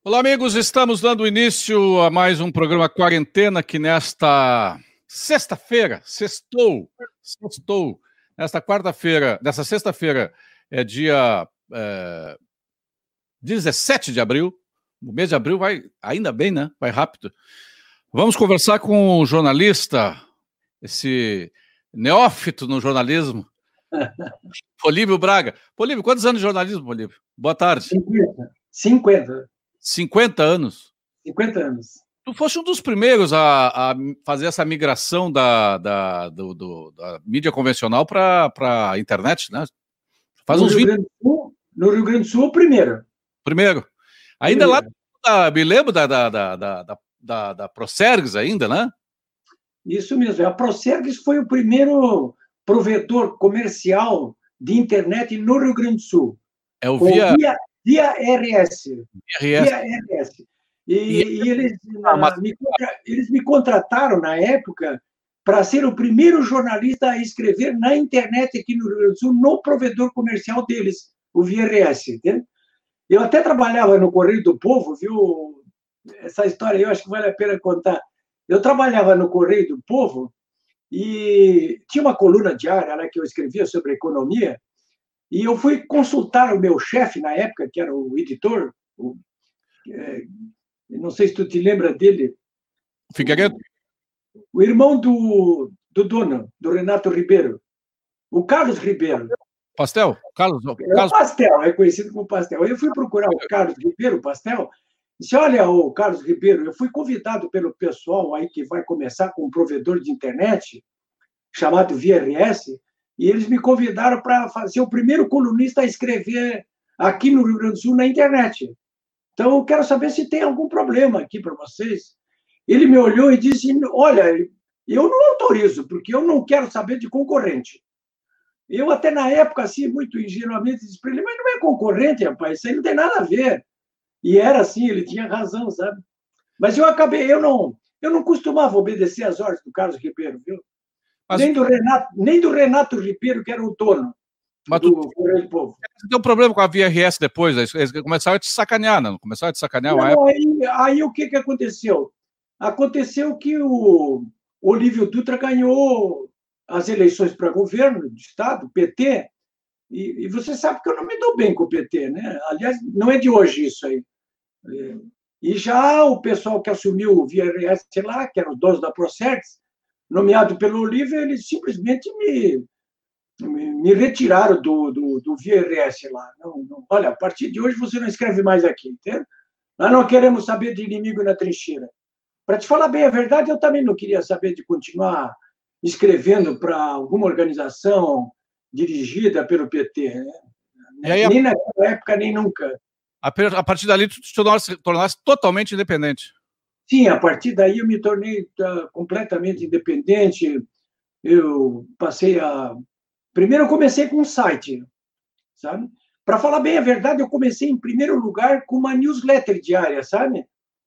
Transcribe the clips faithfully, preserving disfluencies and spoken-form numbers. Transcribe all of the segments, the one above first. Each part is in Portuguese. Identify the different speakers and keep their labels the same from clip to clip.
Speaker 1: Olá, amigos, estamos dando início a mais um programa Quarentena, que nesta sexta-feira, sextou, sextou, nesta quarta-feira, nessa sexta-feira, é dia é, dezessete de abril, o mês de abril vai, ainda bem, né? Vai rápido. Vamos conversar com o jornalista, esse neófito no jornalismo, Políbio Braga. Políbio, quantos anos de jornalismo, Políbio? Boa tarde.
Speaker 2: cinquenta. cinquenta.
Speaker 1: cinquenta anos?
Speaker 2: cinquenta anos.
Speaker 1: Tu foste um dos primeiros a, a fazer essa migração da, da, do, do, da mídia convencional para a internet, né? Faz
Speaker 2: no
Speaker 1: uns
Speaker 2: Rio
Speaker 1: vinte...
Speaker 2: Grande do Sul, no Rio Grande do Sul, o primeiro.
Speaker 1: Primeiro. Ainda
Speaker 2: primeiro.
Speaker 1: lá, me lembro da, da, da, da, da, da Procergs ainda, né?
Speaker 2: Isso mesmo. A Procergs foi o primeiro provedor comercial de internet no Rio Grande do Sul.
Speaker 1: É o via...
Speaker 2: Via, via R S.
Speaker 1: Via R S.
Speaker 2: Via R S. E,
Speaker 1: E...
Speaker 2: e eles, ah, mas... me, eles me contrataram, na época, para ser o primeiro jornalista a escrever na internet aqui no Rio Grande do Sul, no provedor comercial deles, o Via R S. Entende? Eu até trabalhava no Correio do Povo, viu? Essa história eu acho que vale a pena contar. Eu trabalhava no Correio do Povo e tinha uma coluna diária lá que eu escrevia sobre economia, e eu fui consultar o meu chefe na época, que era o editor, o, é, não sei se tu te lembra dele.
Speaker 1: Figueiredo?
Speaker 2: O, o irmão do, do dono, do Renato Ribeiro, o Carlos Ribeiro.
Speaker 1: Pastel? Carlos,
Speaker 2: é
Speaker 1: Carlos...
Speaker 2: o Pastel, é conhecido como Pastel. Eu fui procurar o Carlos Ribeiro, o Pastel, e disse, olha, o Carlos Ribeiro, eu fui convidado pelo pessoal aí que vai começar com um provedor de internet, chamado Via R S, e eles me convidaram para ser o primeiro colunista a escrever aqui no Rio Grande do Sul na internet. Então, eu quero saber se tem algum problema aqui para vocês. Ele me olhou e disse, olha, eu não autorizo, porque eu não quero saber de concorrente. Eu até na época, assim, muito ingenuamente, disse para ele, mas não é concorrente, rapaz, isso aí não tem nada a ver. E era assim, ele tinha razão, sabe? Mas eu acabei, eu não, eu não costumava obedecer às ordens do Carlos Ribeiro, viu? Mas... Nem, do Renato, nem do Renato Ribeiro, que era o dono
Speaker 1: mas
Speaker 2: do
Speaker 1: tu...
Speaker 2: Correio do Povo.
Speaker 1: Você tem um problema com a Via R S depois, eles começaram a te sacanear, não? Começaram a te sacanear uma
Speaker 2: não,
Speaker 1: época.
Speaker 2: Aí, aí o que, que aconteceu? Aconteceu que o Olívio Dutra ganhou as eleições para governo do Estado, P T, e, e você sabe que eu não me dou bem com o P T, né? Aliás, não é de hoje isso aí. E já o pessoal que assumiu o Via R S lá, que eram os donos da Procergs, nomeado pelo Olívio, eles simplesmente me, me, me retiraram do, do, do Via R S lá. Não, não, olha, a partir de hoje você não escreve mais aqui, entende? Nós não queremos saber de inimigo na trincheira. Para te falar bem a verdade, eu também não queria saber de continuar escrevendo para alguma organização dirigida pelo P T. Né?
Speaker 1: Aí,
Speaker 2: nem a... naquela época, nem nunca.
Speaker 1: A partir dali, tu te tornasse, tornasse totalmente independente.
Speaker 2: Sim, a partir daí eu me tornei uh, completamente independente. Eu passei a... Primeiro eu comecei com um site, sabe? Para falar bem a verdade, eu comecei em primeiro lugar com uma newsletter diária, sabe?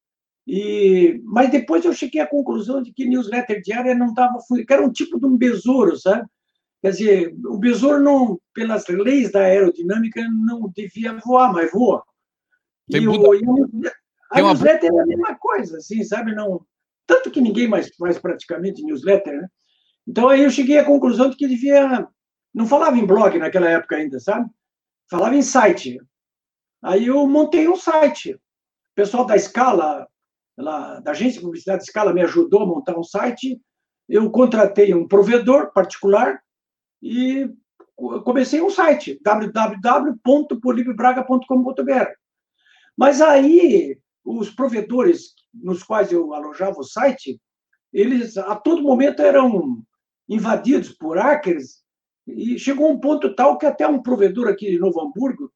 Speaker 2: E... Mas depois eu cheguei à conclusão de que newsletter diária não estava... que era um tipo de um besouro, sabe? Quer dizer, o besouro, não, pelas leis da aerodinâmica, não devia voar, mas voa.
Speaker 1: Tem
Speaker 2: e
Speaker 1: Buda...
Speaker 2: o, e a Tem newsletter uma... é a mesma coisa, assim, sabe? Não... Tanto que ninguém mais faz praticamente newsletter, né? Então, aí eu cheguei à conclusão de que devia... Não falava em blog naquela época ainda, sabe? Falava em site. Aí eu montei um site. O pessoal da Scala, lá, da agência de publicidade Scala, me ajudou a montar um site. Eu contratei um provedor particular e comecei um site, w w w ponto polibio braga ponto com ponto b r. Mas aí, os provedores nos quais eu alojava o site, eles a todo momento eram invadidos por hackers, e chegou um ponto tal que até um provedor aqui de Novo Hamburgo,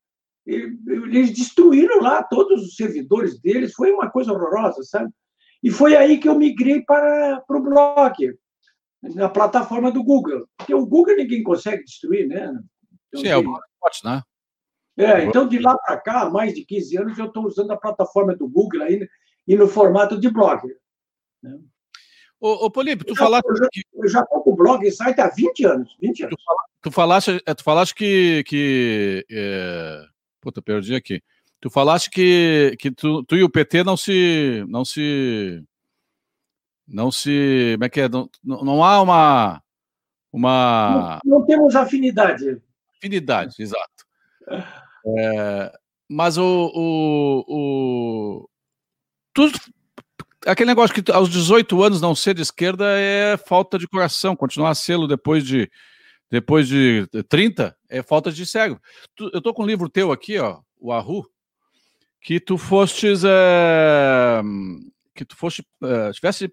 Speaker 2: eles destruíram lá todos os servidores deles, foi uma coisa horrorosa, sabe? E foi aí que eu migrei para, para o blog, na plataforma do Google. Porque o Google ninguém consegue destruir, né?
Speaker 1: Então, sim, é o bot, né?
Speaker 2: É, então, de lá para cá, há mais de quinze anos, eu estou usando a plataforma do Google aí, e no formato de blog. Né?
Speaker 1: Ô, ô Políbio, tu falaste...
Speaker 2: Eu já estou com o blog e site há vinte anos. vinte anos.
Speaker 1: Tu, fala, tu, falaste, tu falaste que... que é... Puta, perdi aqui. Tu falaste que, que tu, tu e o P T não se... Não se... Não se... Como é que é? Não, não, não há uma... uma...
Speaker 2: Não, não temos afinidade.
Speaker 1: Afinidade, exato. É, mas o... o, o tu, aquele negócio que aos dezoito anos não ser de esquerda é falta de coração. Continuar a sê-lo depois de, depois de trinta é falta de cérebro. Tu, eu tô com um livro teu aqui, ó, o Arru, que tu fostes... É, que tu foste... É, tivesse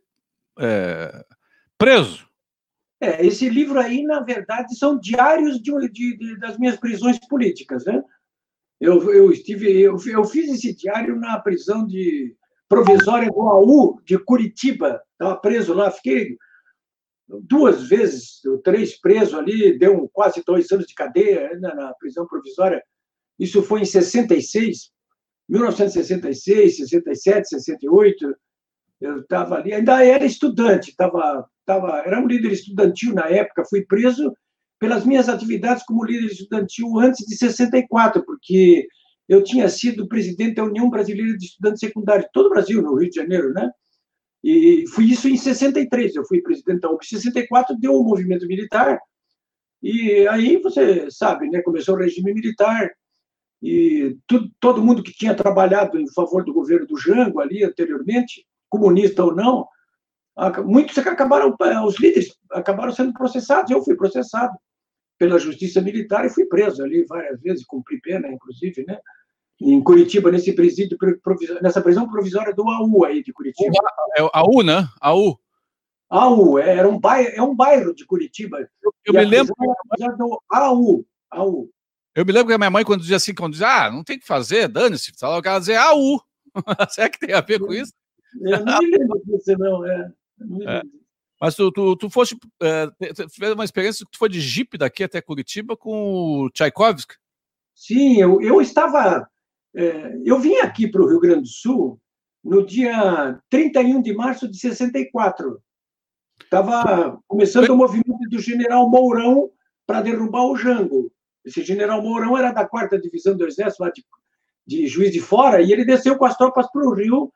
Speaker 1: é, preso.
Speaker 2: É, esse livro aí, na verdade, são diários de, de, de, das minhas prisões políticas, né? Eu, eu, estive, eu, eu fiz esse diário na prisão de provisória do A U de Curitiba. Estava preso lá, fiquei duas vezes, três preso ali, deu quase dois anos de cadeia ainda na prisão provisória. Isso foi em sessenta e seis, mil novecentos e sessenta e seis, sessenta e sete, sessenta e oito. Eu estava ali, ainda era estudante, tava, tava, era um líder estudantil na época, fui preso pelas minhas atividades como líder estudantil antes de sessenta e quatro, porque eu tinha sido presidente da União Brasileira de Estudantes Secundários, todo o Brasil, no Rio de Janeiro, né? E fui isso em sessenta e três, eu fui presidente da U B. Em sessenta e quatro deu o movimento militar, e aí você sabe, né? Começou o regime militar, e tudo, todo mundo que tinha trabalhado em favor do governo do Jango ali anteriormente, comunista ou não, muitos acabaram, os líderes acabaram sendo processados. Eu fui processado pela justiça militar e fui preso ali várias vezes, cumpri pena, inclusive, né? Em Curitiba, nesse presídio, nessa prisão provisória do A U aí de Curitiba.
Speaker 1: É a U, né? A U.
Speaker 2: A U, era um bairro, é um bairro de Curitiba.
Speaker 1: Eu, eu me lembro.
Speaker 2: Do A U, A U.
Speaker 1: Eu me lembro que a minha mãe, quando dizia assim, quando dizia, ah, não tem o que fazer, dane-se, ela dizia A U. Será que tem a ver com isso?
Speaker 2: Eu não me lembro disso, não. É. Não me lembro.
Speaker 1: É. Mas tu, tu, tu foste, é, fez uma experiência que tu foi de jipe daqui até Curitiba com o Tchaikovsky?
Speaker 2: Sim, eu, eu estava... É, eu vim aqui para o Rio Grande do Sul no dia trinta e um de março de sessenta e quatro. Estava começando o movimento do general Mourão para derrubar o Jango. Esse general Mourão era da quarta Divisão do Exército, lá de, de Juiz de Fora, e ele desceu com as tropas para o Rio.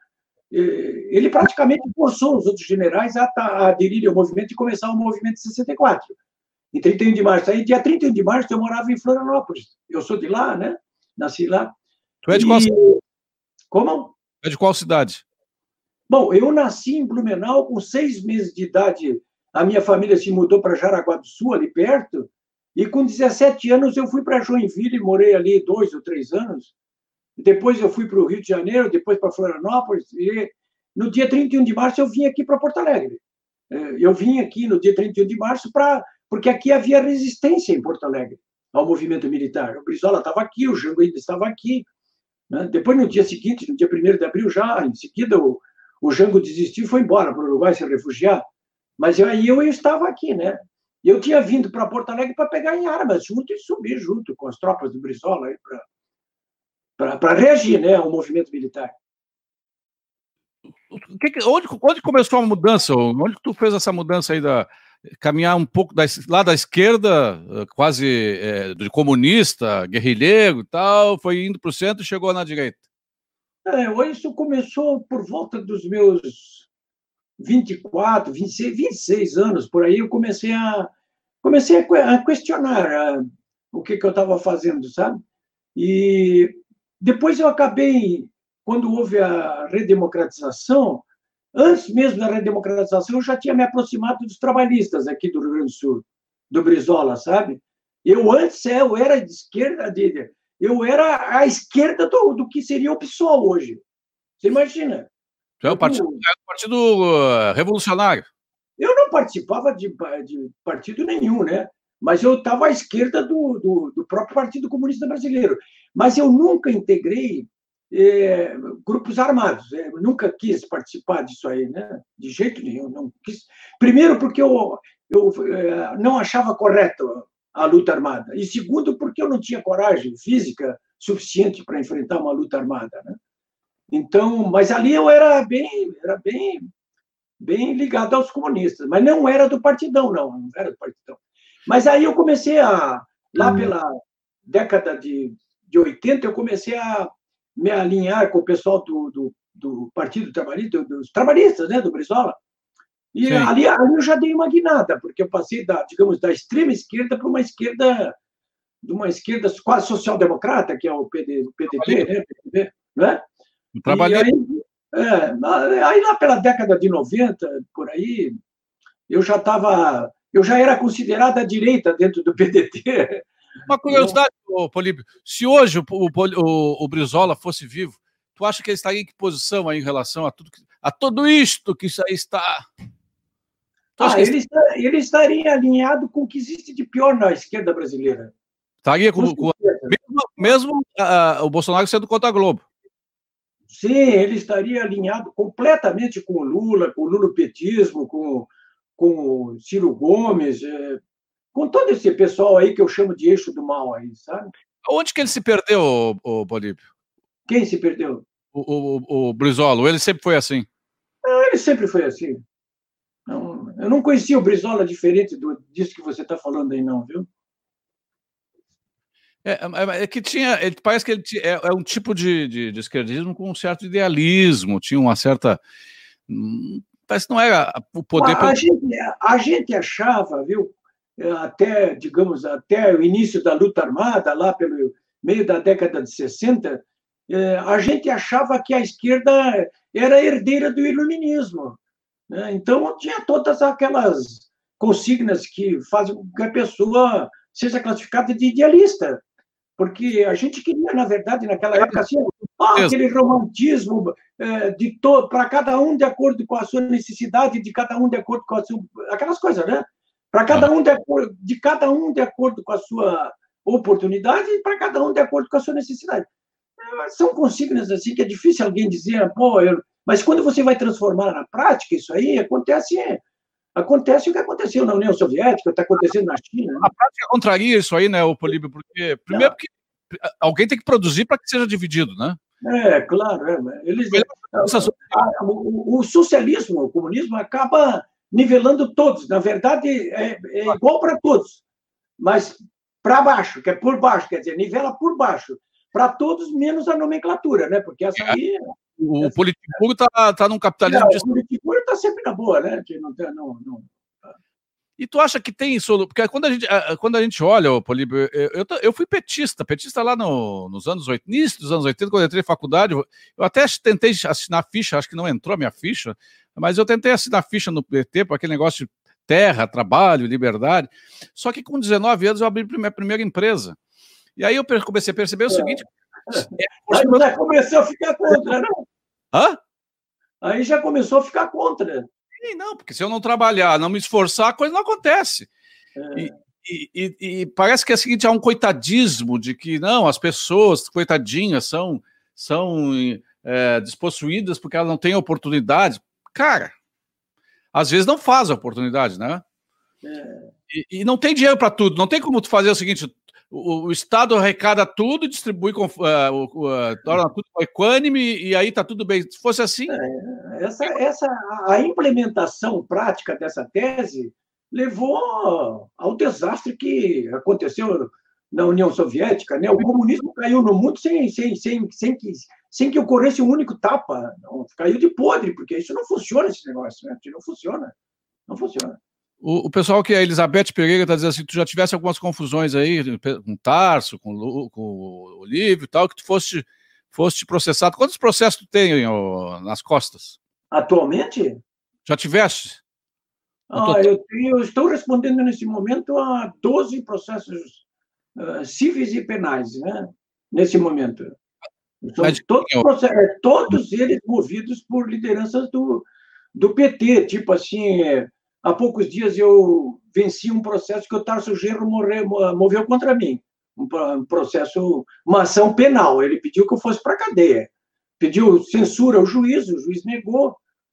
Speaker 2: Ele praticamente forçou os outros generais a, a aderirem ao movimento e começar o movimento de sessenta e quatro. Em trinta e um de março. Aí, dia trinta e um de março, eu morava em Florianópolis. Eu sou de lá, né? Nasci lá.
Speaker 1: Tu é de qual cidade?
Speaker 2: Como?
Speaker 1: É de qual cidade?
Speaker 2: Bom, eu nasci em Blumenau com seis meses de idade. A minha família se mudou para Jaraguá do Sul, ali perto. E com dezessete anos eu fui para Joinville e morei ali dois ou três anos. Depois eu fui para o Rio de Janeiro, depois para Florianópolis. E no dia trinta e um de março eu vim aqui para Porto Alegre. Eu vim aqui no dia trinta e um de março para... porque aqui havia resistência em Porto Alegre ao movimento militar. O Brizola estava aqui, o Jango ainda estava aqui. Né? Depois, no dia seguinte, no dia primeiro de abril, já em seguida, o, o Jango desistiu e foi embora para o Uruguai se refugiar. Mas eu, aí eu estava aqui, né? Eu tinha vindo para Porto Alegre para pegar em armas junto e subir junto com as tropas do Brizola para para reagir, né, ao movimento militar.
Speaker 1: Onde, onde começou a mudança? Onde tu fez essa mudança aí da caminhar um pouco da, lá da esquerda, quase é, de comunista, guerrilheiro e tal, foi indo para o centro e chegou na direita?
Speaker 2: É, isso começou por volta dos meus vinte e quatro, vinte e seis, vinte e seis anos, por aí eu comecei a comecei a questionar a, o que, que eu estava fazendo, sabe? E depois eu acabei, quando houve a redemocratização, antes mesmo da redemocratização, eu já tinha me aproximado dos trabalhistas aqui do Rio Grande do Sul, do Brizola, sabe? Eu antes eu era de esquerda, de, eu era à esquerda do, do que seria o PSOL hoje. Você imagina?
Speaker 1: Tu é o partido, é o partido revolucionário.
Speaker 2: Eu não participava de, de partido nenhum, né? Mas eu estava à esquerda do, do, do próprio Partido Comunista Brasileiro. Mas eu nunca integrei é, grupos armados. É, nunca quis participar disso aí, né? De jeito nenhum. Não quis. Primeiro, porque eu, eu é, não achava correto a luta armada. E segundo, porque eu não tinha coragem física suficiente para enfrentar uma luta armada, né? Então, mas ali eu era bem, era bem, bem ligado aos comunistas. Mas não era do partidão, não. Não era do partidão. Mas aí eu comecei a, lá pela década de, de oitenta, eu comecei a me alinhar com o pessoal do, do, do Partido Trabalhista, dos trabalhistas, né, do Brizola. E ali, ali eu já dei uma guinada, porque eu passei, da, digamos, da extrema esquerda para uma esquerda, de uma esquerda quase social-democrata, que é o P D, o P D T, né? P D T, né? E aí, é, aí, lá pela década de noventa, por aí, eu já estava, eu já era considerada a direita dentro do P D T.
Speaker 1: Uma curiosidade, eu... Políbio, se hoje o, o, o Brizola fosse vivo, tu acha que ele estaria em que posição aí em relação a tudo, a tudo isto que isso aí está...
Speaker 2: Ah, ele, está, ele estaria alinhado com o que existe de pior na esquerda brasileira.
Speaker 1: Estaria com, com mesmo, mesmo uh, o Bolsonaro sendo contra a Globo.
Speaker 2: Sim, ele estaria alinhado completamente com o Lula, com o lulopetismo, com, com o Ciro Gomes, é, com todo esse pessoal aí que eu chamo de eixo do mal aí, sabe?
Speaker 1: Onde que ele se perdeu, o, o Políbio?
Speaker 2: Quem se perdeu?
Speaker 1: O, o, o Brizola, ele sempre foi assim?
Speaker 2: Não, ele sempre foi assim. Não, eu não conhecia o Brizola diferente do, disso que você está falando aí, não, viu?
Speaker 1: É, é, é que tinha, ele, parece que ele tinha, é, é um tipo de, de, de esquerdismo com um certo idealismo, tinha uma certa... Parece que não era o poder...
Speaker 2: A,
Speaker 1: pelo...
Speaker 2: a, gente, a gente achava, viu, até, digamos, até o início da luta armada, lá pelo meio da década de sessenta, a gente achava que a esquerda era herdeira do iluminismo. Então, tinha todas aquelas consignas que fazem com que a pessoa seja classificada de idealista, porque a gente queria, na verdade, naquela época, assim, ah, aquele romantismo de to... para cada um de acordo com a sua necessidade, de cada um de acordo com a sua... aquelas coisas, né? Para cada um de acordo, de cada um de acordo com a sua oportunidade e para cada um de acordo com a sua necessidade. São consignas assim que é difícil alguém dizer, pô, eu... mas quando você vai transformar na prática isso aí, acontece, acontece o que aconteceu na União Soviética, está acontecendo na China. Né?
Speaker 1: A prática contraria isso aí, né, o Políbio, porque primeiro porque alguém tem que produzir para que seja dividido, né?
Speaker 2: É, claro. É. Eles, o, o socialismo, o comunismo acaba nivelando todos. Na verdade, é, é igual para todos, mas para baixo, que é por baixo, quer dizer, nivela por baixo. Para todos, menos a nomenclatura, né? Porque essa aí...
Speaker 1: O essa, Politburo está tá num capitalismo...
Speaker 2: Não, de... O Politburo está sempre na boa, né? Que não, não, não...
Speaker 1: E tu acha que tem solução? Porque quando a gente, quando a gente olha, Políbio, eu, eu, eu fui petista, petista lá no, nos anos oitenta, início dos anos oitenta, quando eu entrei na faculdade, eu até tentei assinar ficha, acho que não entrou a minha ficha, mas eu tentei assinar ficha no P T para aquele negócio de terra, trabalho, liberdade. Só que com dezenove anos eu abri a minha primeira empresa. E aí eu comecei a perceber o seguinte...
Speaker 2: É, aí já começou a ficar contra, não?
Speaker 1: Hã?
Speaker 2: Aí já começou a ficar contra.
Speaker 1: Sim, não, porque se eu não trabalhar, não me esforçar, a coisa não acontece. É. E, e, e, e parece que é o seguinte, há um coitadismo de que, não, as pessoas, coitadinhas, são, são é, despossuídas porque elas não têm oportunidade. Cara, às vezes não faz a oportunidade, né? É. E, e não tem dinheiro para tudo, não tem como tu fazer o seguinte... O, o Estado arrecada tudo, distribui, com, uh, uh, torna tudo equânime e aí está tudo bem. Se fosse assim...
Speaker 2: É, essa, essa, a implementação prática dessa tese levou ao desastre que aconteceu na União Soviética. Né? O comunismo caiu no mundo sem, sem, sem, sem, que, sem que ocorresse um único tapa. Não, caiu de podre, porque isso não funciona, esse negócio. Né? Não funciona. Não funciona.
Speaker 1: O, o pessoal que a Elizabeth Pereira está dizendo assim, tu já tivesse algumas confusões aí com o Tarso, com, com o Olívio e tal, que tu fosse, fosse processado. Quantos processos tu tem ó, nas costas?
Speaker 2: Atualmente?
Speaker 1: Já tiveste?
Speaker 2: Ah, eu, tenho, eu estou respondendo nesse momento a doze processos uh, cíveis e penais, né? Nesse momento. São Mas, todos, eu... processos, todos eles movidos por lideranças do, do P T, tipo assim... Há poucos dias eu venci um processo que o Tarso Genro moveu contra mim. Um processo, uma ação penal. Ele pediu que eu fosse para a cadeia. Pediu censura ao juiz, o juiz negou.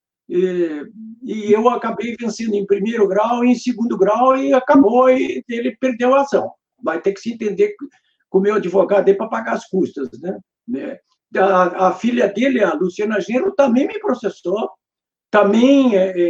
Speaker 2: E, e eu acabei vencendo em primeiro grau e em segundo grau e acabou e ele perdeu a ação. Vai ter que se entender com o meu advogado para pagar as custas. Né? A, a filha dele, a Luciana Genro, também me processou. Também,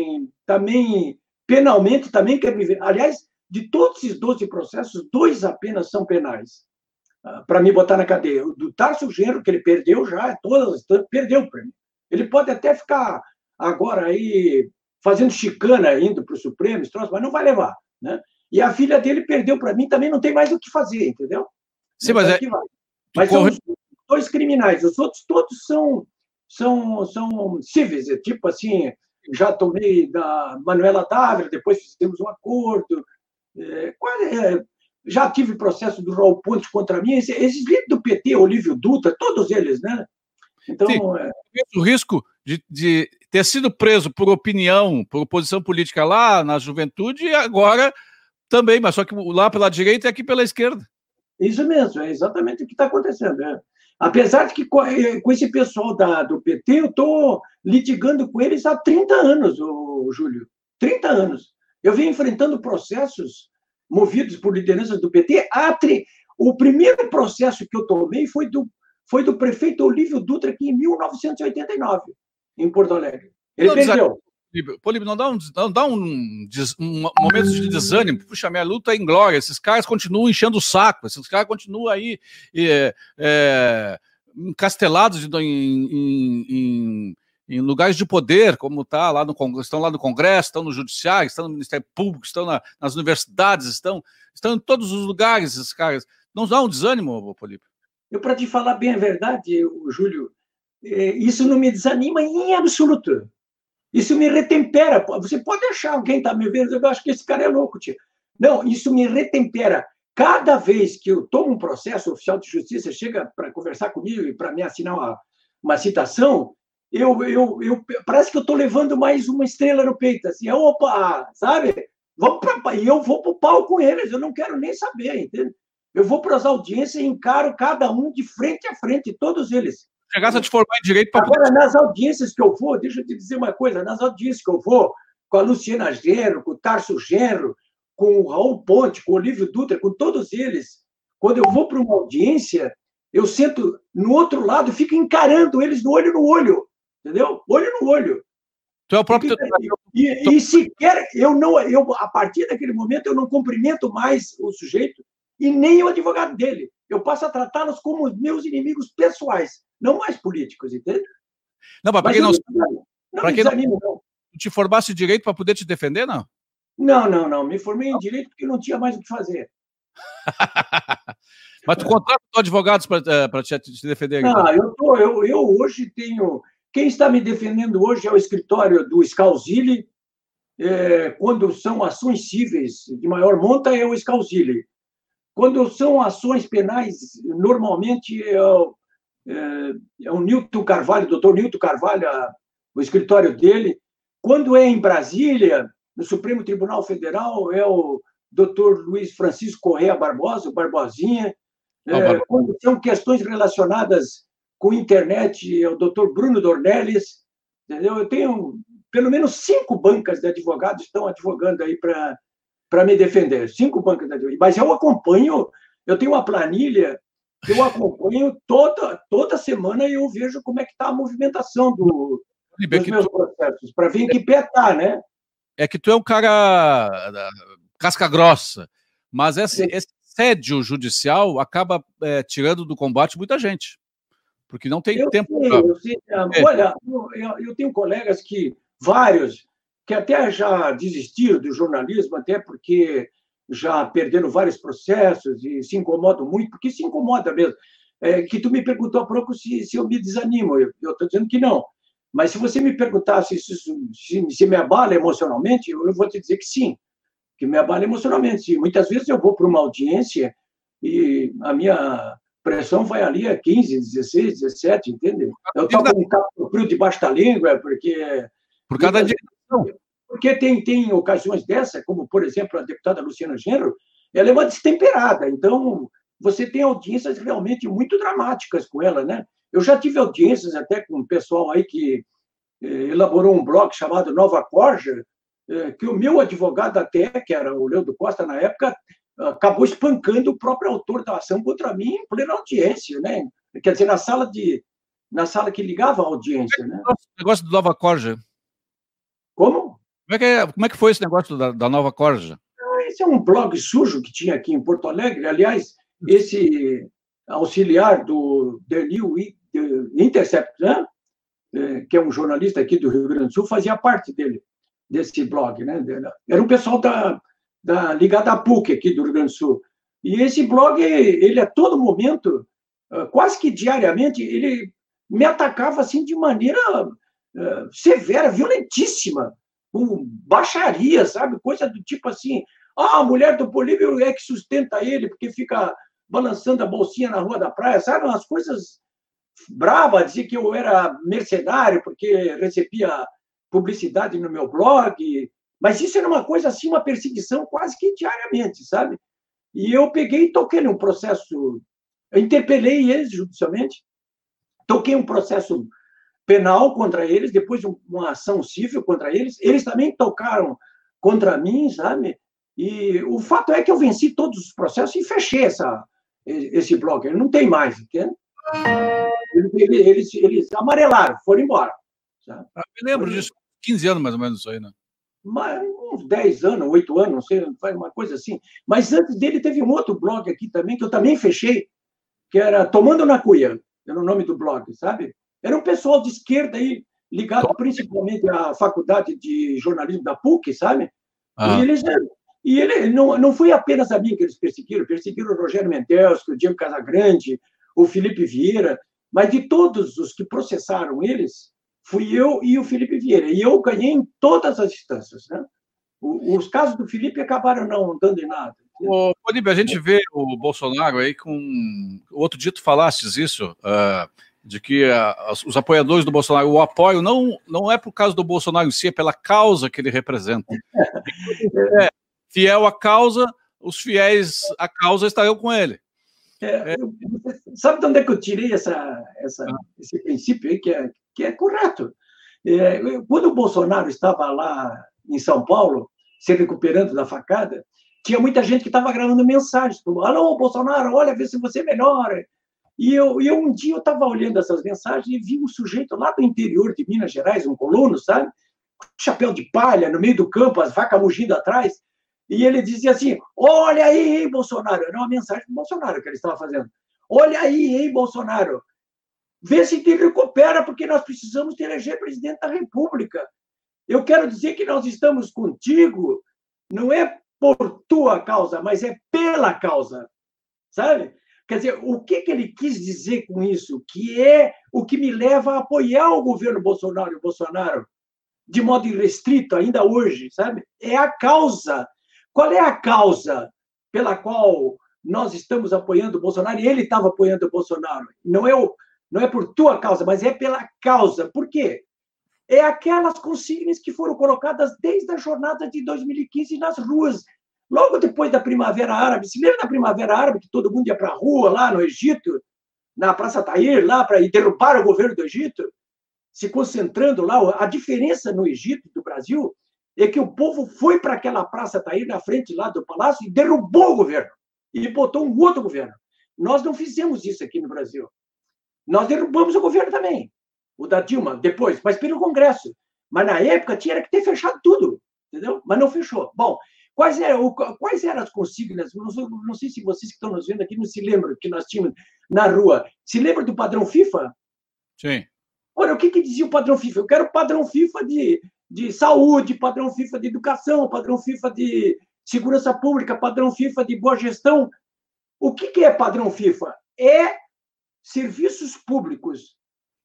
Speaker 2: também penalmente, também quer me ver. Aliás, de todos esses doze processos, dois apenas são penais. para me botar na cadeia. O do Tarso Genro, que ele perdeu já, todas, perdeu o prêmio. Ele pode até ficar agora aí fazendo chicana, indo para o Supremo, mas não vai levar, né? E a filha dele perdeu para mim, também não tem mais o que fazer, entendeu?
Speaker 1: Sim, mas é...
Speaker 2: Mas são os dois criminais, os outros todos são, são, são civis, tipo assim, já tomei da Manuela Dávila, depois fizemos um acordo, é, é, já tive processo do Raul Pontes contra mim, esses, esses líderes do P T, Olívio Dutra, todos eles, né? Então,
Speaker 1: sim, é... o risco de, de ter sido preso por opinião, por posição política lá na juventude, e agora também, mas só que lá pela direita e aqui pela esquerda.
Speaker 2: Isso mesmo, é exatamente o que está acontecendo. Né? Apesar de que com esse pessoal da, do P T, eu estou litigando com eles há trinta anos, ô, Júlio. trinta anos. Eu venho enfrentando processos movidos por lideranças do P T. O primeiro processo que eu tomei foi do, foi do prefeito Olívio Dutra, aqui em mil novecentos e oitenta e nove, em Porto Alegre. Ele não, perdeu.
Speaker 1: Políbio, não dá, um, não dá um, um momento de desânimo. Puxa, minha luta é inglória. Esses caras continuam enchendo o saco. Esses caras continuam aí é, é, encastelados em, em, em, em lugares de poder, como tá lá no estão lá no Congresso, estão no Judiciário, estão no Ministério Público, estão na, nas universidades, estão, estão em todos os lugares, esses caras. Não dá um desânimo, Políbio?
Speaker 2: Eu, para te falar bem a verdade, Júlio, isso não me desanima em absoluto. Isso me retempera. Você pode achar, alguém está me vendo, eu acho que esse cara é louco, tio. Não, isso me retempera. Cada vez que eu tomo um processo, o oficial de justiça chega para conversar comigo e para me assinar uma, uma citação, eu, eu, eu, parece que eu estou levando mais uma estrela no peito. Assim, opa, sabe? Vamos pra, e eu vou para o pau com eles, eu não quero nem saber, entende? Eu vou para as audiências e encaro cada um de frente a frente, todos eles.
Speaker 1: Chegasse a te formar em direito para...
Speaker 2: Agora, nas audiências que eu vou, deixa eu te dizer uma coisa, nas audiências que eu vou, com a Luciana Genro, com o Tarso Genro, com o Raul Ponte, com o Olívio Dutra, com todos eles, quando eu vou para uma audiência, eu sento no outro lado e fico encarando eles no olho no olho, entendeu? Olho no olho.
Speaker 1: Tu é o próprio...
Speaker 2: E, e, e sequer, eu não, eu, a partir daquele momento, eu não cumprimento mais o sujeito e nem o advogado dele. Eu passo a tratá-los como meus inimigos pessoais, não mais políticos, entende?
Speaker 1: Não, mas para quem não...
Speaker 2: Não me desanimo, não.
Speaker 1: Tu te formasse em direito para poder te defender, não?
Speaker 2: Não, não, não. Me formei em direito porque não tinha mais o que fazer.
Speaker 1: Mas tu contrata advogados para te, te defender?
Speaker 2: Não, então. eu, tô, eu, eu hoje tenho... Quem está me defendendo hoje é o escritório do Scalzilli. É, quando são ações cíveis de maior monta, é o Scalzilli. Quando são ações penais, normalmente é o, é, é o Nilton Carvalho, doutor Nilton Carvalho, a, o escritório dele. Quando é em Brasília, no Supremo Tribunal Federal, é o doutor Luiz Francisco Correia Barbosa, o Barbosinha. É, quando são questões relacionadas com internet, é o doutor Bruno Dornelles. Entendeu? Eu tenho pelo menos cinco bancas de advogados que estão advogando aí para para me defender. Cinco bancas de advogados. Mas eu acompanho, eu tenho uma planilha, eu acompanho toda, toda semana e eu vejo como é que está a movimentação do, dos meus processos, para ver em que pé está, né?
Speaker 1: É que tu é um cara casca grossa, mas esse, esse assédio judicial acaba é, tirando do combate muita gente, porque não tem
Speaker 2: eu
Speaker 1: tempo.
Speaker 2: Sei,
Speaker 1: pra...
Speaker 2: eu sei. É. Olha, eu, eu tenho colegas que, vários, que até já desistiram do jornalismo, até porque já perderam vários processos e se incomodam muito, porque se incomoda mesmo. É, que tu me perguntou há pouco se, se eu me desanimo, eu estou dizendo que não. Mas se você me perguntasse se, se, se me abala emocionalmente, eu vou te dizer que sim, que me abala emocionalmente. Sim. Muitas vezes eu vou para uma audiência e a minha pressão vai ali a quinze, dezesseis, dezessete, entende? Eu estou com um capo frio debaixo da língua, porque...
Speaker 1: Por causa da
Speaker 2: Porque tem, tem ocasiões dessa, como, por exemplo, a deputada Luciana Genro, ela é uma destemperada, então você tem audiências realmente muito dramáticas com ela, né? Eu já tive audiências até com um pessoal aí que eh, elaborou um blog chamado Nova Corja, eh, que o meu advogado até, que era o Leandro Costa na época, acabou espancando o próprio autor da ação contra mim em plena audiência, né? Quer dizer, na sala de na sala que ligava a audiência, né?
Speaker 1: O negócio do Nova Corja.
Speaker 2: Como?
Speaker 1: Como é que, é, como é que foi esse negócio da, da Nova Corja?
Speaker 2: Esse é um blog sujo que tinha aqui em Porto Alegre. Aliás, esse auxiliar do The New Intercept, né? Que é um jornalista aqui do Rio Grande do Sul, fazia parte dele, desse blog, né? Era um pessoal da, da, ligado à PUC aqui do Rio Grande do Sul. E esse blog, ele a todo momento, quase que diariamente, ele me atacava assim de maneira uh, severa, violentíssima, com baixaria, sabe? Coisa do tipo assim, ah, a mulher do Políbio é que sustenta ele, porque fica balançando a bolsinha na rua da praia, sabe? Umas coisas bravas, dizia que eu era mercenário, porque recebia publicidade no meu blog, mas isso era uma coisa assim, uma perseguição quase que diariamente, sabe? E eu peguei e toquei num processo, eu interpelei eles judicialmente, toquei um processo penal contra eles, depois uma ação civil contra eles, eles também tocaram contra mim, sabe? E o fato é que eu venci todos os processos e fechei essa, esse blog, ele não tem mais, entende? Eles, eles, eles amarelaram, foram embora.
Speaker 1: Sabe? Eu me lembro disso, quinze anos mais ou menos isso aí, né?
Speaker 2: Mas, uns dez anos, oito anos, não sei, uma coisa assim. Mas antes dele teve um outro blog aqui também, que eu também fechei, que era Tomando na Cuia, era o nome do blog, sabe? Era um pessoal de esquerda aí, ligado principalmente à faculdade de jornalismo da PUC, sabe? Ah. E eles... E ele não, não foi apenas a mim que eles perseguiram, perseguiram o Rogério Mendes, o Diego Casagrande, o Felipe Vieira, mas de todos os que processaram eles, fui eu e o Felipe Vieira. E eu ganhei em todas as instâncias, né? Os casos do Felipe acabaram não dando em nada.
Speaker 1: Ô, Políbio, a gente vê o Bolsonaro aí com... Outro dia tu falastes isso, uh, de que uh, os apoiadores do Bolsonaro, o apoio não, não é por causa do Bolsonaro em si, é pela causa que ele representa. É fiel à causa, os fiéis à causa estarão com ele.
Speaker 2: É, é. Sabe de onde é que eu tirei essa, essa, ah. esse princípio aí, que é, que é correto? É, quando o Bolsonaro estava lá em São Paulo, se recuperando da facada, tinha muita gente que estava gravando mensagens. Alô, Bolsonaro, olha, vê se você melhora. E eu, eu um dia eu estava olhando essas mensagens e vi um sujeito lá do interior de Minas Gerais, um colono, sabe? Com chapéu de palha, no meio do campo, as vacas mugindo atrás. E ele dizia assim, olha aí, hein, Bolsonaro. Era uma mensagem do Bolsonaro que ele estava fazendo. Olha aí, hein, Bolsonaro. Vê se te recupera, porque nós precisamos te eleger presidente da República. Eu quero dizer que nós estamos contigo, não é por tua causa, mas é pela causa. Sabe? Quer dizer, o que, que ele quis dizer com isso? Que é o que me leva a apoiar o governo Bolsonaro e o Bolsonaro de modo irrestrito, ainda hoje, sabe? É a causa. Qual é a causa pela qual nós estamos apoiando o Bolsonaro e ele estava apoiando o Bolsonaro? Não é, o, não é por tua causa, mas é pela causa. Por quê? É aquelas consignas que foram colocadas desde a jornada de dois mil e quinze nas ruas, logo depois da Primavera Árabe. Se lembra da Primavera Árabe, que todo mundo ia para a rua lá no Egito, na Praça Tahrir, lá para derrubar o governo do Egito, se concentrando lá? A diferença no Egito do Brasil é que o povo foi para aquela Praça Tahrir, na frente lá do palácio, e derrubou o governo. E botou um outro governo. Nós não fizemos isso aqui no Brasil. Nós derrubamos o governo também. O da Dilma, depois, mas pelo Congresso. Mas na época tinha que ter fechado tudo, entendeu? Mas não fechou. Bom, quais eram, quais eram as consignas? Não sei, não sei se vocês que estão nos vendo aqui não se lembram que nós tínhamos na rua. Se lembra do padrão FIFA?
Speaker 1: Sim.
Speaker 2: Olha, o que, que dizia o padrão FIFA? Eu quero o padrão FIFA de... de saúde, padrão FIFA de educação, padrão FIFA de segurança pública, padrão FIFA de boa gestão. O que é padrão FIFA? É serviços públicos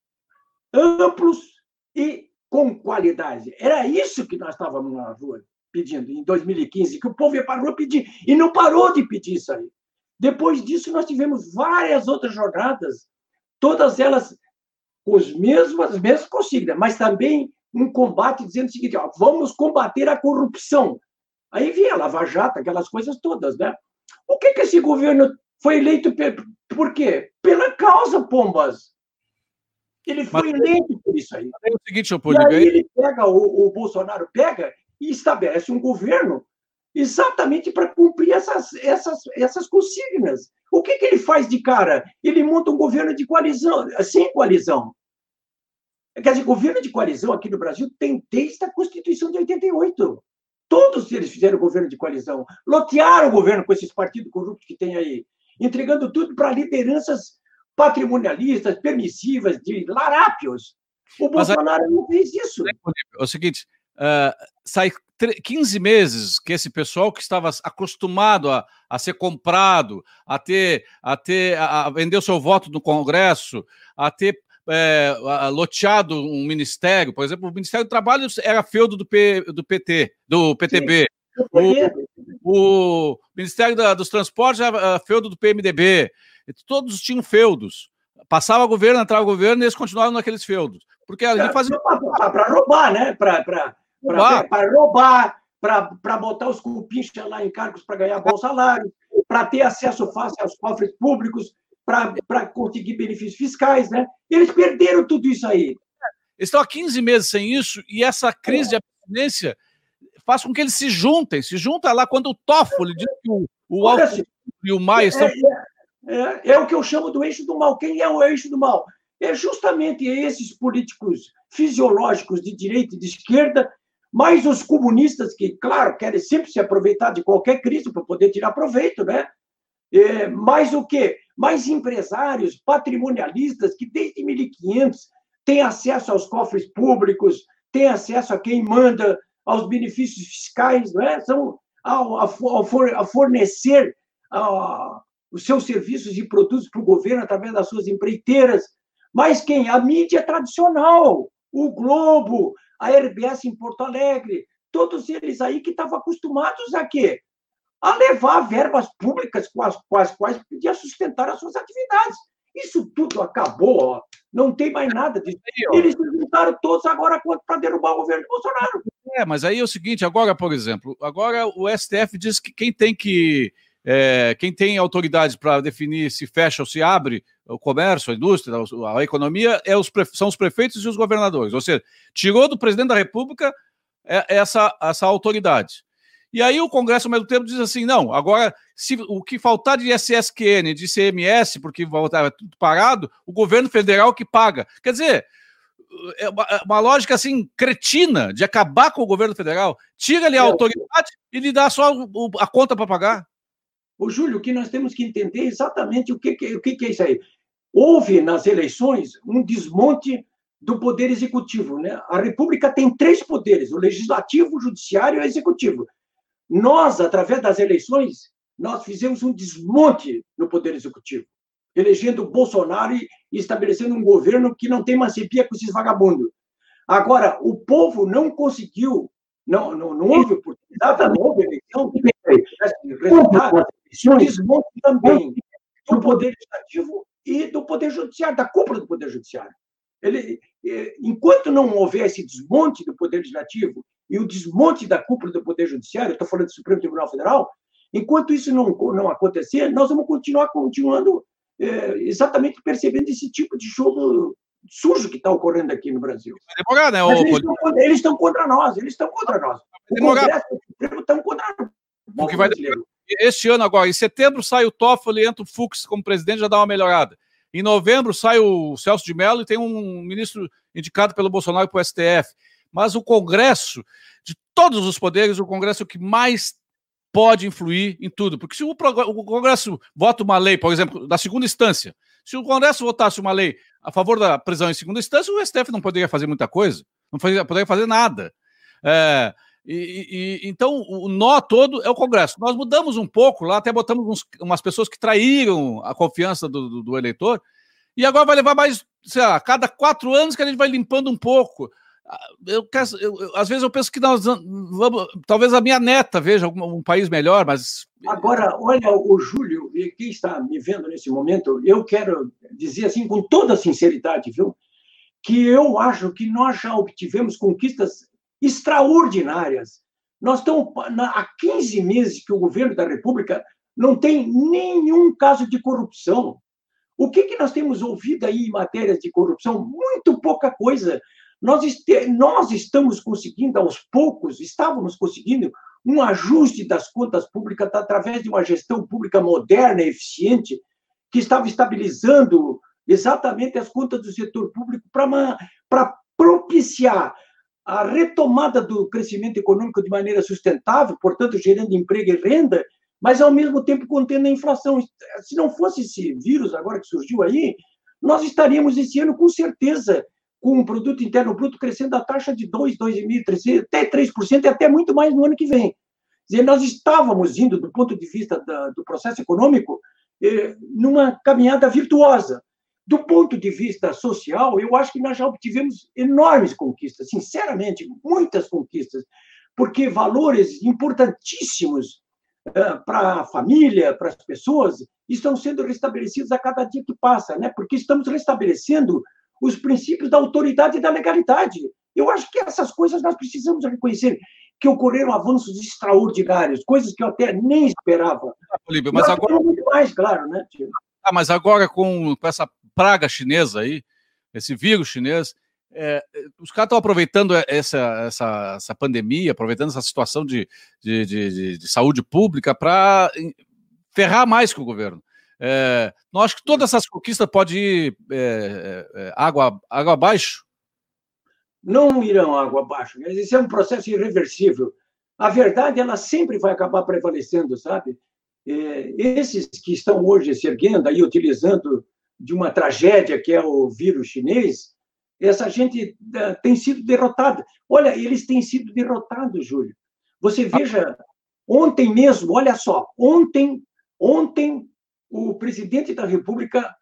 Speaker 2: amplos e com qualidade. Era isso que nós estávamos na rua pedindo, em dois mil e quinze, que o povo ia para a rua pedir, e não parou de pedir isso aí. Depois disso, nós tivemos várias outras jornadas, todas elas com as mesmas, as mesmas consignas, mas também um combate dizendo o seguinte, ó, vamos combater a corrupção. Aí vinha a Lava Jato, aquelas coisas todas, né? O que que esse governo foi eleito por quê? Pela causa, pombas. Ele foi Mas, eleito por isso aí.
Speaker 1: É o seguinte,
Speaker 2: e aí ele pega, o, o Bolsonaro pega e estabelece um governo exatamente para cumprir essas, essas, essas consignas. O que que ele faz de cara? Ele monta um governo de coalizão, sem coalizão. Quer dizer, governo de coalizão aqui no Brasil tem desde a Constituição de oitenta e oito. Todos eles fizeram governo de coalizão. Lotearam o governo com esses partidos corruptos que tem aí. entregando tudo para lideranças patrimonialistas, permissivas, de larápios. O Bolsonaro aí, não fez isso.
Speaker 1: É o seguinte, uh, sai quinze meses que esse pessoal que estava acostumado a, a ser comprado, a ter, a ter, a vender o seu voto no Congresso, a ter é, a, loteado um ministério, por exemplo, o Ministério do Trabalho era feudo do, P, do P T, do P T B. O, o Ministério da, dos Transportes era feudo do P M D B. Todos tinham feudos. Passava o governo, entrava o governo e eles continuavam naqueles feudos. Porque ali fazia...
Speaker 2: Para roubar, né? Para roubar, para botar os cupinchas lá em cargos para ganhar bom salário, para ter acesso fácil aos cofres públicos, para conseguir benefícios fiscais, né? Eles perderam tudo isso aí.
Speaker 1: Eles estão há quinze meses sem isso, e essa crise de abstinência faz com que eles se juntem. Se juntam lá quando o Toffoli diz que o, o Alto e o Maia estão...
Speaker 2: É, é, é, é o que eu chamo do eixo do mal. Quem é o eixo do mal? É justamente esses políticos fisiológicos de direita e de esquerda, mais os comunistas que, claro, querem sempre se aproveitar de qualquer crise para poder tirar proveito, né? É, mais o quê? Mais empresários patrimonialistas que, desde mil e quinhentos, têm acesso aos cofres públicos, têm acesso a quem manda, aos benefícios fiscais, não é? São ao, a fornecer a, os seus serviços e produtos para o governo através das suas empreiteiras. Mas quem? A mídia tradicional, o Globo, a R B S em Porto Alegre, todos eles aí que estavam acostumados a quê? A levar verbas públicas com as, com as quais podia sustentar as suas atividades. Isso tudo acabou, ó. Não tem mais nada disso. Eles se juntaram todos agora para derrubar o governo de Bolsonaro.
Speaker 1: É, mas aí é o seguinte, agora, por exemplo, agora o S T F diz que quem tem que é, quem tem autoridade para definir se fecha ou se abre o comércio, a indústria, a economia, é os, são os prefeitos e os governadores. Ou seja, tirou do presidente da República essa, essa autoridade. E aí o Congresso, ao mesmo tempo, diz assim, não, agora, se o que faltar de I S S Q N, de I C M S, porque voltar tudo parado, o governo federal que paga. Quer dizer, é uma, uma lógica, assim, cretina de acabar com o governo federal. Tira-lhe a autoridade e lhe dá só o, a conta para pagar.
Speaker 2: Ô, Júlio, o que nós temos que entender exatamente o que, o que é isso aí. Houve, nas eleições, um desmonte do poder executivo, né? A República tem três poderes, o legislativo, o judiciário e o executivo. Nós, através das eleições, nós fizemos um desmonte no poder executivo, elegendo Bolsonaro e estabelecendo um governo que não tem mancebia com esses vagabundos. Agora, o povo não conseguiu, não, não, não houve oportunidade, não houve eleição, resultado, desmonte também do poder legislativo e do poder judiciário, da cúpula do poder judiciário. Ele, enquanto não houver esse desmonte do poder legislativo e o desmonte da cúpula do Poder Judiciário, estou falando do Supremo Tribunal Federal, enquanto isso não, não acontecer, nós vamos continuar continuando é, exatamente percebendo esse tipo de jogo sujo que está ocorrendo aqui no Brasil.
Speaker 1: Vai demorar, né?
Speaker 2: Mas eles, estão, eles estão contra nós, eles estão contra nós. O Congresso e o Supremo estão contra nós.
Speaker 1: Porque vai este ano agora, em setembro sai o Toffoli, entra o Fux como presidente, já dá uma melhorada. Em novembro sai o Celso de Mello e tem um ministro indicado pelo Bolsonaro para o S T F. Mas o Congresso, de todos os poderes, o Congresso é o que mais pode influir em tudo. Porque se o Congresso vota uma lei, por exemplo, da segunda instância, se o Congresso votasse uma lei a favor da prisão em segunda instância, o S T F não poderia fazer muita coisa, não poderia fazer nada. É, e, e, então, o nó todo é o Congresso. Nós mudamos um pouco lá, até botamos uns, umas pessoas que traíram a confiança do, do, do eleitor, e agora vai levar mais, sei lá, cada quatro anos que a gente vai limpando um pouco. Eu, eu, eu, às vezes eu penso que nós vamos, talvez a minha neta veja um, um país melhor, mas...
Speaker 2: Agora, olha, o Júlio, e quem está me vendo nesse momento, eu quero dizer assim, com toda sinceridade, viu, que eu acho que nós já obtivemos conquistas extraordinárias. Nós estamos há quinze meses que o governo da República não tem nenhum caso de corrupção. O que, que nós temos ouvido aí em matérias de corrupção? Muito pouca coisa. Nós, este, nós estamos conseguindo, aos poucos, estávamos conseguindo um ajuste das contas públicas através de uma gestão pública moderna e eficiente, que estava estabilizando exatamente as contas do setor público para propiciar a retomada do crescimento econômico de maneira sustentável, portanto, gerando emprego e renda, mas, ao mesmo tempo, contendo a inflação. Se não fosse esse vírus agora que surgiu aí, nós estaríamos esse ano, com certeza, com o produto interno bruto crescendo a taxa de dois, dois vírgula cinco por cento, até três por cento e até muito mais no ano que vem. Quer dizer, nós estávamos indo, do ponto de vista da, do processo econômico, eh, numa caminhada virtuosa. Do ponto de vista social, eu acho que nós já obtivemos enormes conquistas, sinceramente, muitas conquistas, porque valores importantíssimos eh, para a família, para as pessoas, estão sendo restabelecidos a cada dia que passa, né? Porque estamos restabelecendo os princípios da autoridade e da legalidade. Eu acho que essas coisas nós precisamos reconhecer, que ocorreram avanços extraordinários, coisas que eu até nem esperava.
Speaker 1: Olívio, mas agora
Speaker 2: muito mais, claro, né, tio?
Speaker 1: Ah, mas agora com, com essa praga chinesa aí, esse vírus chinês, é, os caras estão aproveitando essa, essa, essa pandemia, aproveitando essa situação de, de, de, de saúde pública para ferrar mais com o governo. É, não acho que todas essas conquistas podem ir é, é, água, água abaixo?
Speaker 2: Não irão água abaixo. Isso é um processo irreversível. A verdade, ela sempre vai acabar prevalecendo, sabe? É, esses que estão hoje se erguendo, aí, utilizando de uma tragédia que é o vírus chinês, essa gente tem sido derrotada. Olha, eles têm sido derrotados, Júlio. Você veja, ontem mesmo, olha só, ontem, ontem o presidente da República,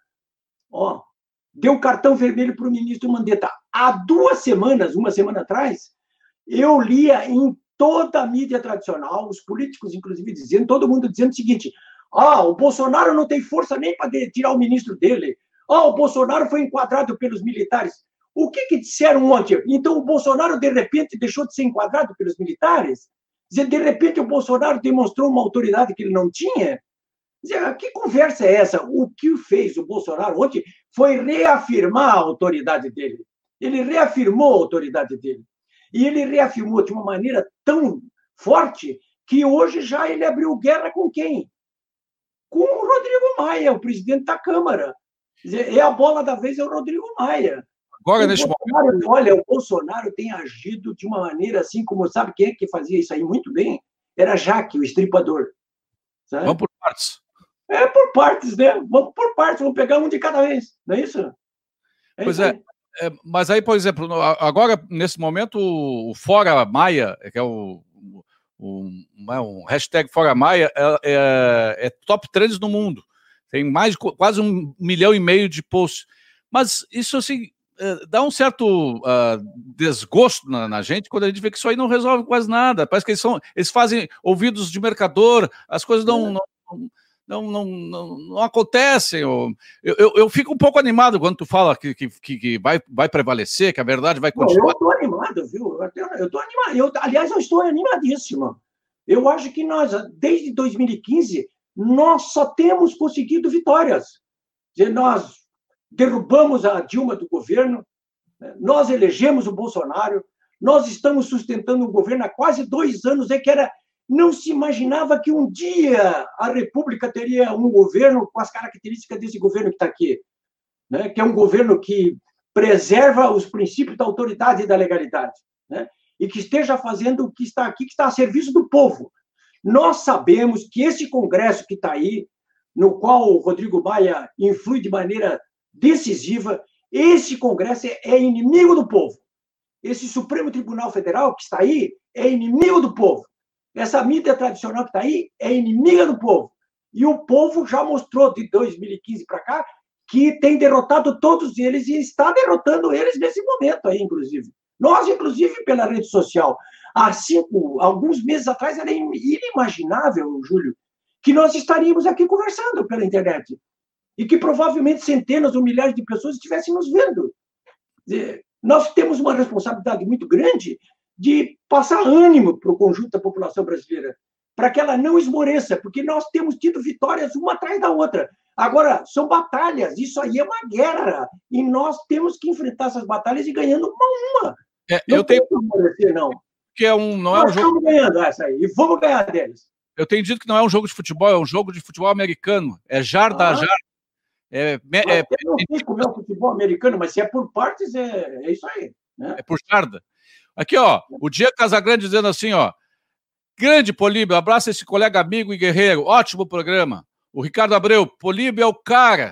Speaker 2: ó, deu cartão vermelho para o ministro Mandetta. Há duas semanas, uma semana atrás, eu lia em toda a mídia tradicional, os políticos, inclusive, dizendo, todo mundo dizendo o seguinte: ah, o Bolsonaro não tem força nem para tirar o ministro dele. Ah, o Bolsonaro foi enquadrado pelos militares. O que, que disseram ontem? Então, o Bolsonaro, de repente, deixou de ser enquadrado pelos militares? Dizer, de repente, o Bolsonaro demonstrou uma autoridade que ele não tinha? Dizer, que conversa é essa? O que fez o Bolsonaro ontem foi reafirmar a autoridade dele. Ele reafirmou a autoridade dele. E ele reafirmou de uma maneira tão forte que hoje já ele abriu guerra com quem? Com o Rodrigo Maia, o presidente da Câmara. Dizer, é a bola da vez, é o Rodrigo Maia.
Speaker 1: Agora,
Speaker 2: o
Speaker 1: neste
Speaker 2: Bolsonaro,
Speaker 1: momento...
Speaker 2: Olha, o Bolsonaro tem agido de uma maneira assim, como sabe quem é que fazia isso aí muito bem? Era Jaque, o estripador. Sabe?
Speaker 1: Vamos por partes.
Speaker 2: É por partes, né? Vamos por partes, vamos pegar um de cada vez, não é isso?
Speaker 1: É pois isso é, é, mas aí, por exemplo, agora, nesse momento, o Fora Maia, que é o, o, um hashtag Fora Maia, é, é, é top trends no mundo. Tem mais de quase um milhão e meio de posts. Mas isso, assim, é, dá um certo uh, desgosto na, na gente quando a gente vê que isso aí não resolve quase nada. Parece que eles, são, eles fazem ouvidos de mercador, as coisas não... É. não Não, não, não, não acontecem. Eu, eu, eu fico um pouco animado quando tu fala que, que, que vai, vai prevalecer, que a verdade vai continuar.
Speaker 2: Não, eu estou animado, viu? Eu estou animado. Eu, aliás, eu estou animadíssimo. Eu acho que nós, desde dois mil e quinze, nós só temos conseguido vitórias. Nós derrubamos a Dilma do governo, nós elegemos o Bolsonaro, nós estamos sustentando um governo há quase dois anos, é que era... Não se imaginava que um dia a República teria um governo com as características desse governo que está aqui, né? Que é um governo que preserva os princípios da autoridade e da legalidade, né? E que esteja fazendo o que está aqui, que está a serviço do povo. Nós sabemos que esse Congresso que está aí, no qual o Rodrigo Maia influi de maneira decisiva, esse Congresso é inimigo do povo. Esse Supremo Tribunal Federal que está aí é inimigo do povo. Essa mídia tradicional que está aí é inimiga do povo. E o povo já mostrou, de dois mil e quinze para cá, que tem derrotado todos eles e está derrotando eles nesse momento aí, inclusive. Nós, inclusive, pela rede social. Há cinco, alguns meses atrás, era inimaginável, Júlio, que nós estaríamos aqui conversando pela internet. E que provavelmente centenas ou milhares de pessoas estivessem nos vendo. Nós temos uma responsabilidade muito grande de passar ânimo para o conjunto da população brasileira, para que ela não esmoreça, porque nós temos tido vitórias uma atrás da outra. Agora, são batalhas, isso aí é uma guerra, e nós temos que enfrentar essas batalhas e ganhando uma a uma.
Speaker 1: É, não eu tenho
Speaker 2: que esmorecer, não.
Speaker 1: Que é um, não
Speaker 2: nós
Speaker 1: é um jogo...
Speaker 2: estamos ganhando essa aí, e vamos ganhar deles.
Speaker 1: Eu tenho dito que não é um jogo de futebol, é um jogo de futebol americano, é jarda ah. a jarda. É, é,
Speaker 2: eu não sei como é o futebol americano, mas se é por partes, é, é isso aí. Né?
Speaker 1: É por jarda. Aqui, ó, o Diego Casagrande dizendo assim, ó, Grande Políbio, abraça esse colega amigo e guerreiro, ótimo programa. O Ricardo Abreu, Políbio é o cara.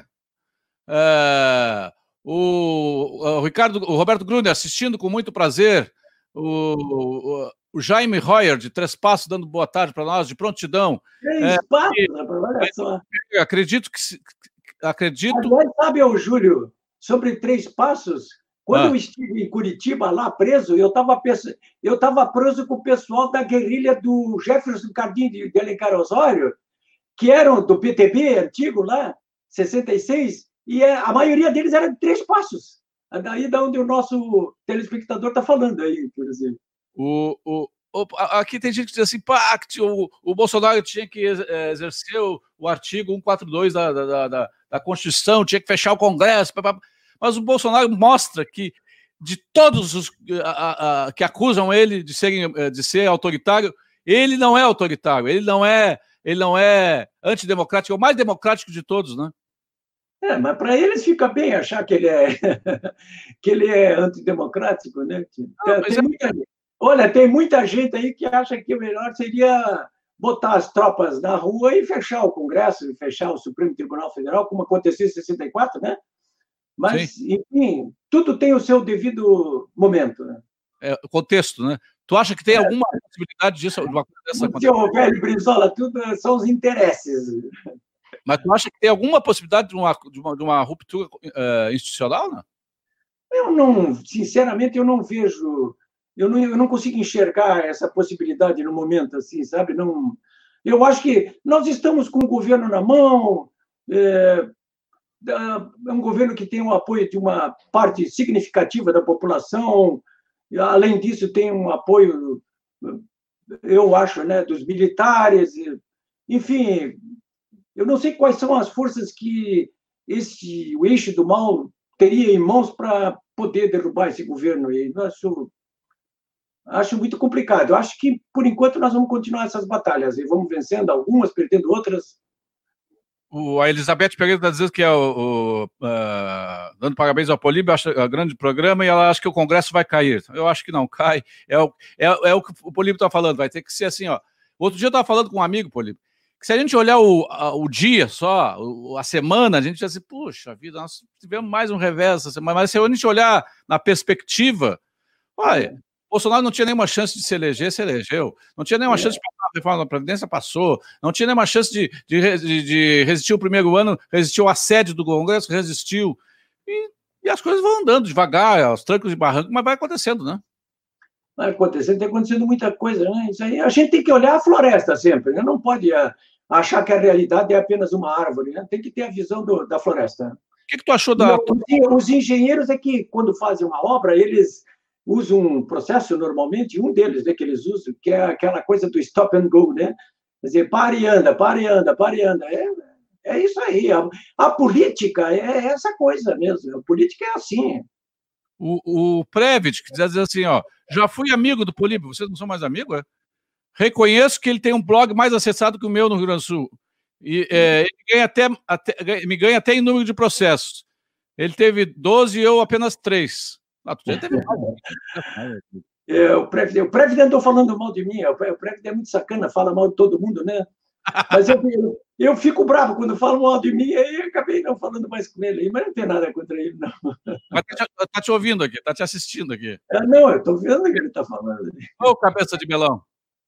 Speaker 1: É, o, o Ricardo, o Roberto Grune assistindo com muito prazer. O, o, o Jaime Royer, de Três Passos, dando boa tarde para nós, de prontidão.
Speaker 2: Três é, Passos, e, olha só.
Speaker 1: Acredito que... Acredito...
Speaker 2: Aliás, sabe, ô, Júlio, sobre Três Passos... Quando ah. eu estive em Curitiba, lá preso, eu estava eu estava preso com o pessoal da guerrilha do Jefferson Cardim de Alencar Osório, que eram do P T B antigo lá, sessenta e seis, e a maioria deles era de Três Passos. Daí da onde o nosso telespectador está falando aí, por exemplo.
Speaker 1: O, o, o, aqui tem gente que diz assim, pá, que o, o Bolsonaro tinha que exercer o, o artigo cento e quarenta e dois da, da, da, da Constituição, tinha que fechar o Congresso, pá, pá. Mas o Bolsonaro mostra que, de todos os a, a, que acusam ele de, serem, de ser autoritário, ele não é autoritário, ele não é, ele não é antidemocrático, é o mais democrático de todos, né?
Speaker 2: É, mas para eles fica bem achar que ele é, que ele é antidemocrático, né? Não, tem, tem é... muita, olha, tem muita gente aí que acha que o melhor seria botar as tropas na rua e fechar o Congresso, e fechar o Supremo Tribunal Federal, como aconteceu em sessenta e quatro, né? Mas, sim, enfim, tudo tem o seu devido momento, né?
Speaker 1: É, o contexto, né? Tu acha que tem é. alguma possibilidade disso? De uma coisa dessa
Speaker 2: acontecer? O velho Brizola, tudo são os interesses.
Speaker 1: Mas tu acha que tem alguma possibilidade de uma, de uma, de uma ruptura uh, institucional, né?
Speaker 2: Eu não, sinceramente, eu não vejo, eu não, eu não consigo enxergar essa possibilidade no momento, assim, sabe? Não, eu acho que nós estamos com o governo na mão, é, é um governo que tem o apoio de uma parte significativa da população, além disso tem um apoio, eu acho, né, dos militares, enfim, eu não sei quais são as forças que esse, o eixo do mal teria em mãos para poder derrubar esse governo aí. Eu acho, acho muito complicado. Eu acho que, por enquanto, nós vamos continuar essas batalhas e vamos vencendo algumas, perdendo outras.
Speaker 1: O, a Elizabeth Pereira está dizendo que é o, o uh, dando parabéns ao Políbio, acha um grande programa, e ela acha que o Congresso vai cair. Eu acho que não cai. É o, é, é o que o Políbio está falando, vai ter que ser assim, ó. Outro dia eu estava falando com um amigo, Políbio, que se a gente olhar o, a, o dia só, a semana, a gente já se, puxa vida, nós tivemos mais um revés essa semana, mas se a gente olhar na perspectiva, olha, Bolsonaro não tinha nenhuma chance de se eleger, se elegeu. Não tinha nenhuma é. chance de passar a reforma da Previdência, passou. Não tinha nenhuma chance de, de, de, de resistir o primeiro ano, resistiu ao assédio do Congresso, resistiu. E, e as coisas vão andando devagar, aos trancos e barrancos, mas vai acontecendo, né?
Speaker 2: Vai acontecendo, tem acontecendo muita coisa, né? Isso aí, a gente tem que olhar a floresta sempre, né? Não pode achar que a realidade é apenas uma árvore, né? Tem que ter a visão do, da floresta.
Speaker 1: O que, que tu achou da...
Speaker 2: Não, os engenheiros é que, quando fazem uma obra, eles usam um processo, normalmente, um deles, né, que eles usam, que é aquela coisa do stop and go, né? Quer dizer, para e anda, para e anda, para e anda. É, é isso aí. A, a política é essa coisa mesmo. A política é assim.
Speaker 1: O, o Previt, que diz assim, ó, já fui amigo do Políbio, vocês não são mais amigos, é? Reconheço que ele tem um blog mais acessado que o meu no Rio Grande do Sul. E é, ele ganha até, até, me ganha até em número de processos. Ele teve doze e eu apenas três. Ah, tu já teve mais.
Speaker 2: É, o Prevident, o Prevident andou falando mal de mim. O Prevident é muito sacana, fala mal de todo mundo, né? Mas eu, eu, eu fico bravo quando falam mal de mim, aí eu acabei não falando mais com ele. Mas não tem nada contra ele, não.
Speaker 1: Mas tá te, tá te ouvindo aqui, tá te assistindo aqui.
Speaker 2: É, não, eu estou vendo o que ele está falando.
Speaker 1: Ô, cabeça de melão.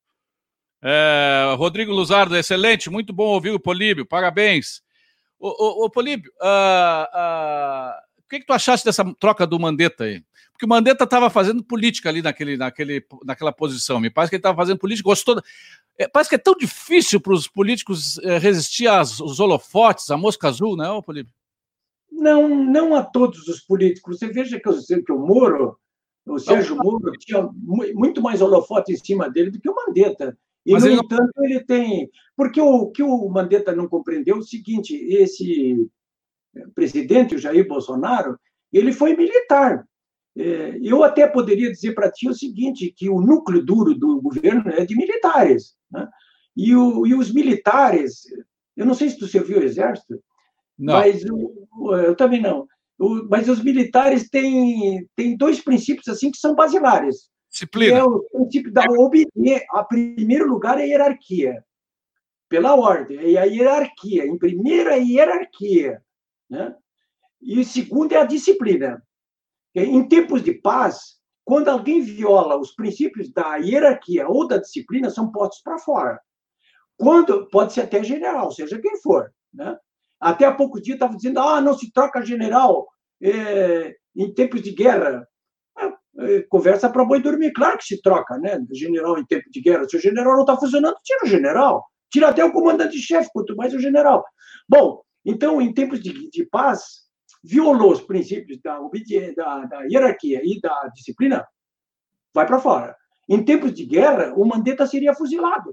Speaker 1: É, Rodrigo Luzardo, excelente, muito bom ouvir o Políbio, parabéns. Ô, ô, ô Políbio, uh, uh, o que, que tu achaste dessa troca do Mandetta aí? Porque o Mandetta estava fazendo política ali naquele, naquele, naquela posição, me parece que ele estava fazendo política, gostou. Da... É, parece que é tão difícil para os políticos é, resistir aos, aos holofotes, à mosca azul, não é, ô Políbio?
Speaker 2: Não, não a todos os políticos. Você veja que, eu, que o Moro, o Sérgio não, Moro, tinha muito mais holofote em cima dele do que o Mandetta. E, Mas no ele entanto, não... ele tem... Porque o que o Mandetta não compreendeu é o seguinte, esse presidente, o Jair Bolsonaro, ele foi militar. Eu até poderia dizer para ti o seguinte, que o núcleo duro do governo é de militares. Né? E, o, e os militares... Eu não sei se tu serviu o Exército, não. Mas eu, eu também não. O, mas os militares têm, têm dois princípios assim que são basilares.
Speaker 1: Disciplina.
Speaker 2: E é o princípio da obediência. A primeiro lugar é a hierarquia, pela ordem. E a hierarquia. Em primeiro é a hierarquia, né? E segundo é a disciplina. Em tempos de paz, quando alguém viola os princípios da hierarquia ou da disciplina, são postos para fora. Quando, pode ser até general, seja quem for, né? Até há pouco dia estava dizendo, ah, não se troca general é, em tempos de guerra. É, conversa para boi dormir. Claro que se troca, né? General em tempo de guerra. Se o general não está funcionando, tira o general. Tira até o comandante-chefe, quanto mais o general. Bom, então, em tempos de, de paz, violou os princípios da, da, da hierarquia e da disciplina, vai para fora. Em tempos de guerra, o Mandetta seria fuzilado.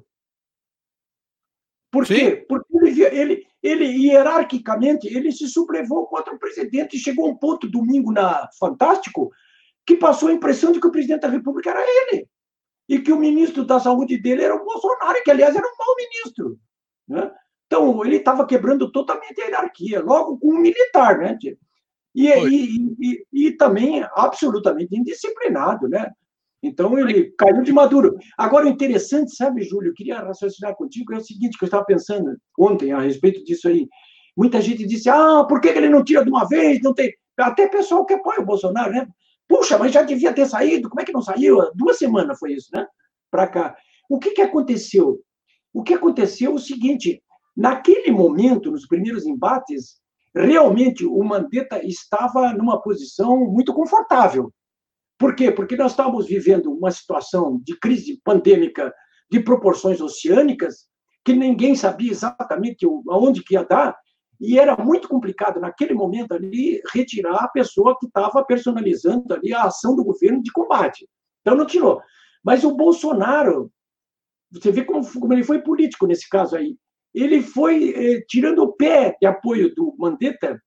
Speaker 2: Por quê? Sim. Porque ele, ele, ele, hierarquicamente, ele se sublevou contra o presidente e chegou a um ponto, domingo, na Fantástico, que passou a impressão de que o presidente da República era ele. E que o ministro da Saúde dele era o Bolsonaro, que, aliás, era um mau ministro. Né? Então, ele estava quebrando totalmente a hierarquia, logo com um militar, né? E, e, e, e também absolutamente indisciplinado, né? Então, ele caiu de maduro. Agora, o interessante, sabe, Júlio, eu queria raciocinar contigo, é o seguinte, que eu estava pensando ontem a respeito disso aí. Muita gente disse, ah, por que ele não tira de uma vez? Não tem... Até pessoal que apoia o Bolsonaro, né? Puxa, mas já devia ter saído, como é que não saiu? Duas semanas foi isso, né? Para cá. O que, que aconteceu? O que aconteceu é o seguinte, naquele momento, nos primeiros embates, realmente o Mandetta estava numa posição muito confortável. Por quê? Porque nós estávamos vivendo uma situação de crise pandêmica de proporções oceânicas, que ninguém sabia exatamente aonde que ia dar, e era muito complicado, naquele momento ali, retirar a pessoa que estava personalizando ali a ação do governo de combate. Então, não tirou. Mas o Bolsonaro, você vê como, como ele foi político nesse caso aí, ele foi eh, tirando o pé de apoio do Mandetta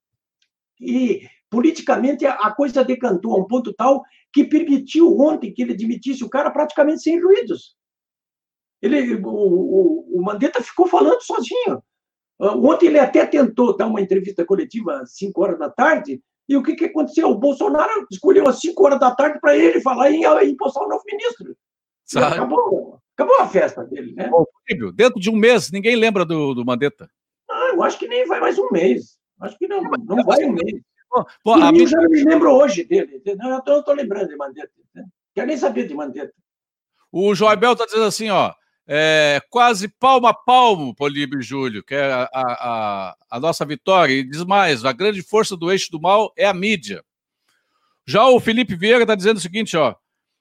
Speaker 2: e, politicamente, a coisa decantou a um ponto tal que permitiu ontem que ele demitisse o cara praticamente sem ruídos. Ele, o, o, o Mandetta ficou falando sozinho. Ontem ele até tentou dar uma entrevista coletiva às cinco horas da tarde, e o que, que aconteceu? O Bolsonaro escolheu às cinco horas da tarde para ele falar em, em impulsar o novo ministro. Acabou, acabou a festa dele, né?
Speaker 1: Dentro de um mês, ninguém lembra do, do Mandetta.
Speaker 2: Ah, eu acho que nem vai mais um mês. Acho que não, não vai um mês.
Speaker 1: Pô,
Speaker 2: e
Speaker 1: a
Speaker 2: eu
Speaker 1: minha...
Speaker 2: já não me lembro hoje dele. Não, eu estou lembrando de Mandetta. Né? Quero nem saber de Mandetta.
Speaker 1: O Joabel está dizendo assim, ó, é, quase palmo a palmo, Políbio e Júlio, que é a, a, a nossa vitória. E diz mais, a grande força do eixo do mal é a mídia. Já o Felipe Vieira está dizendo o seguinte, ó,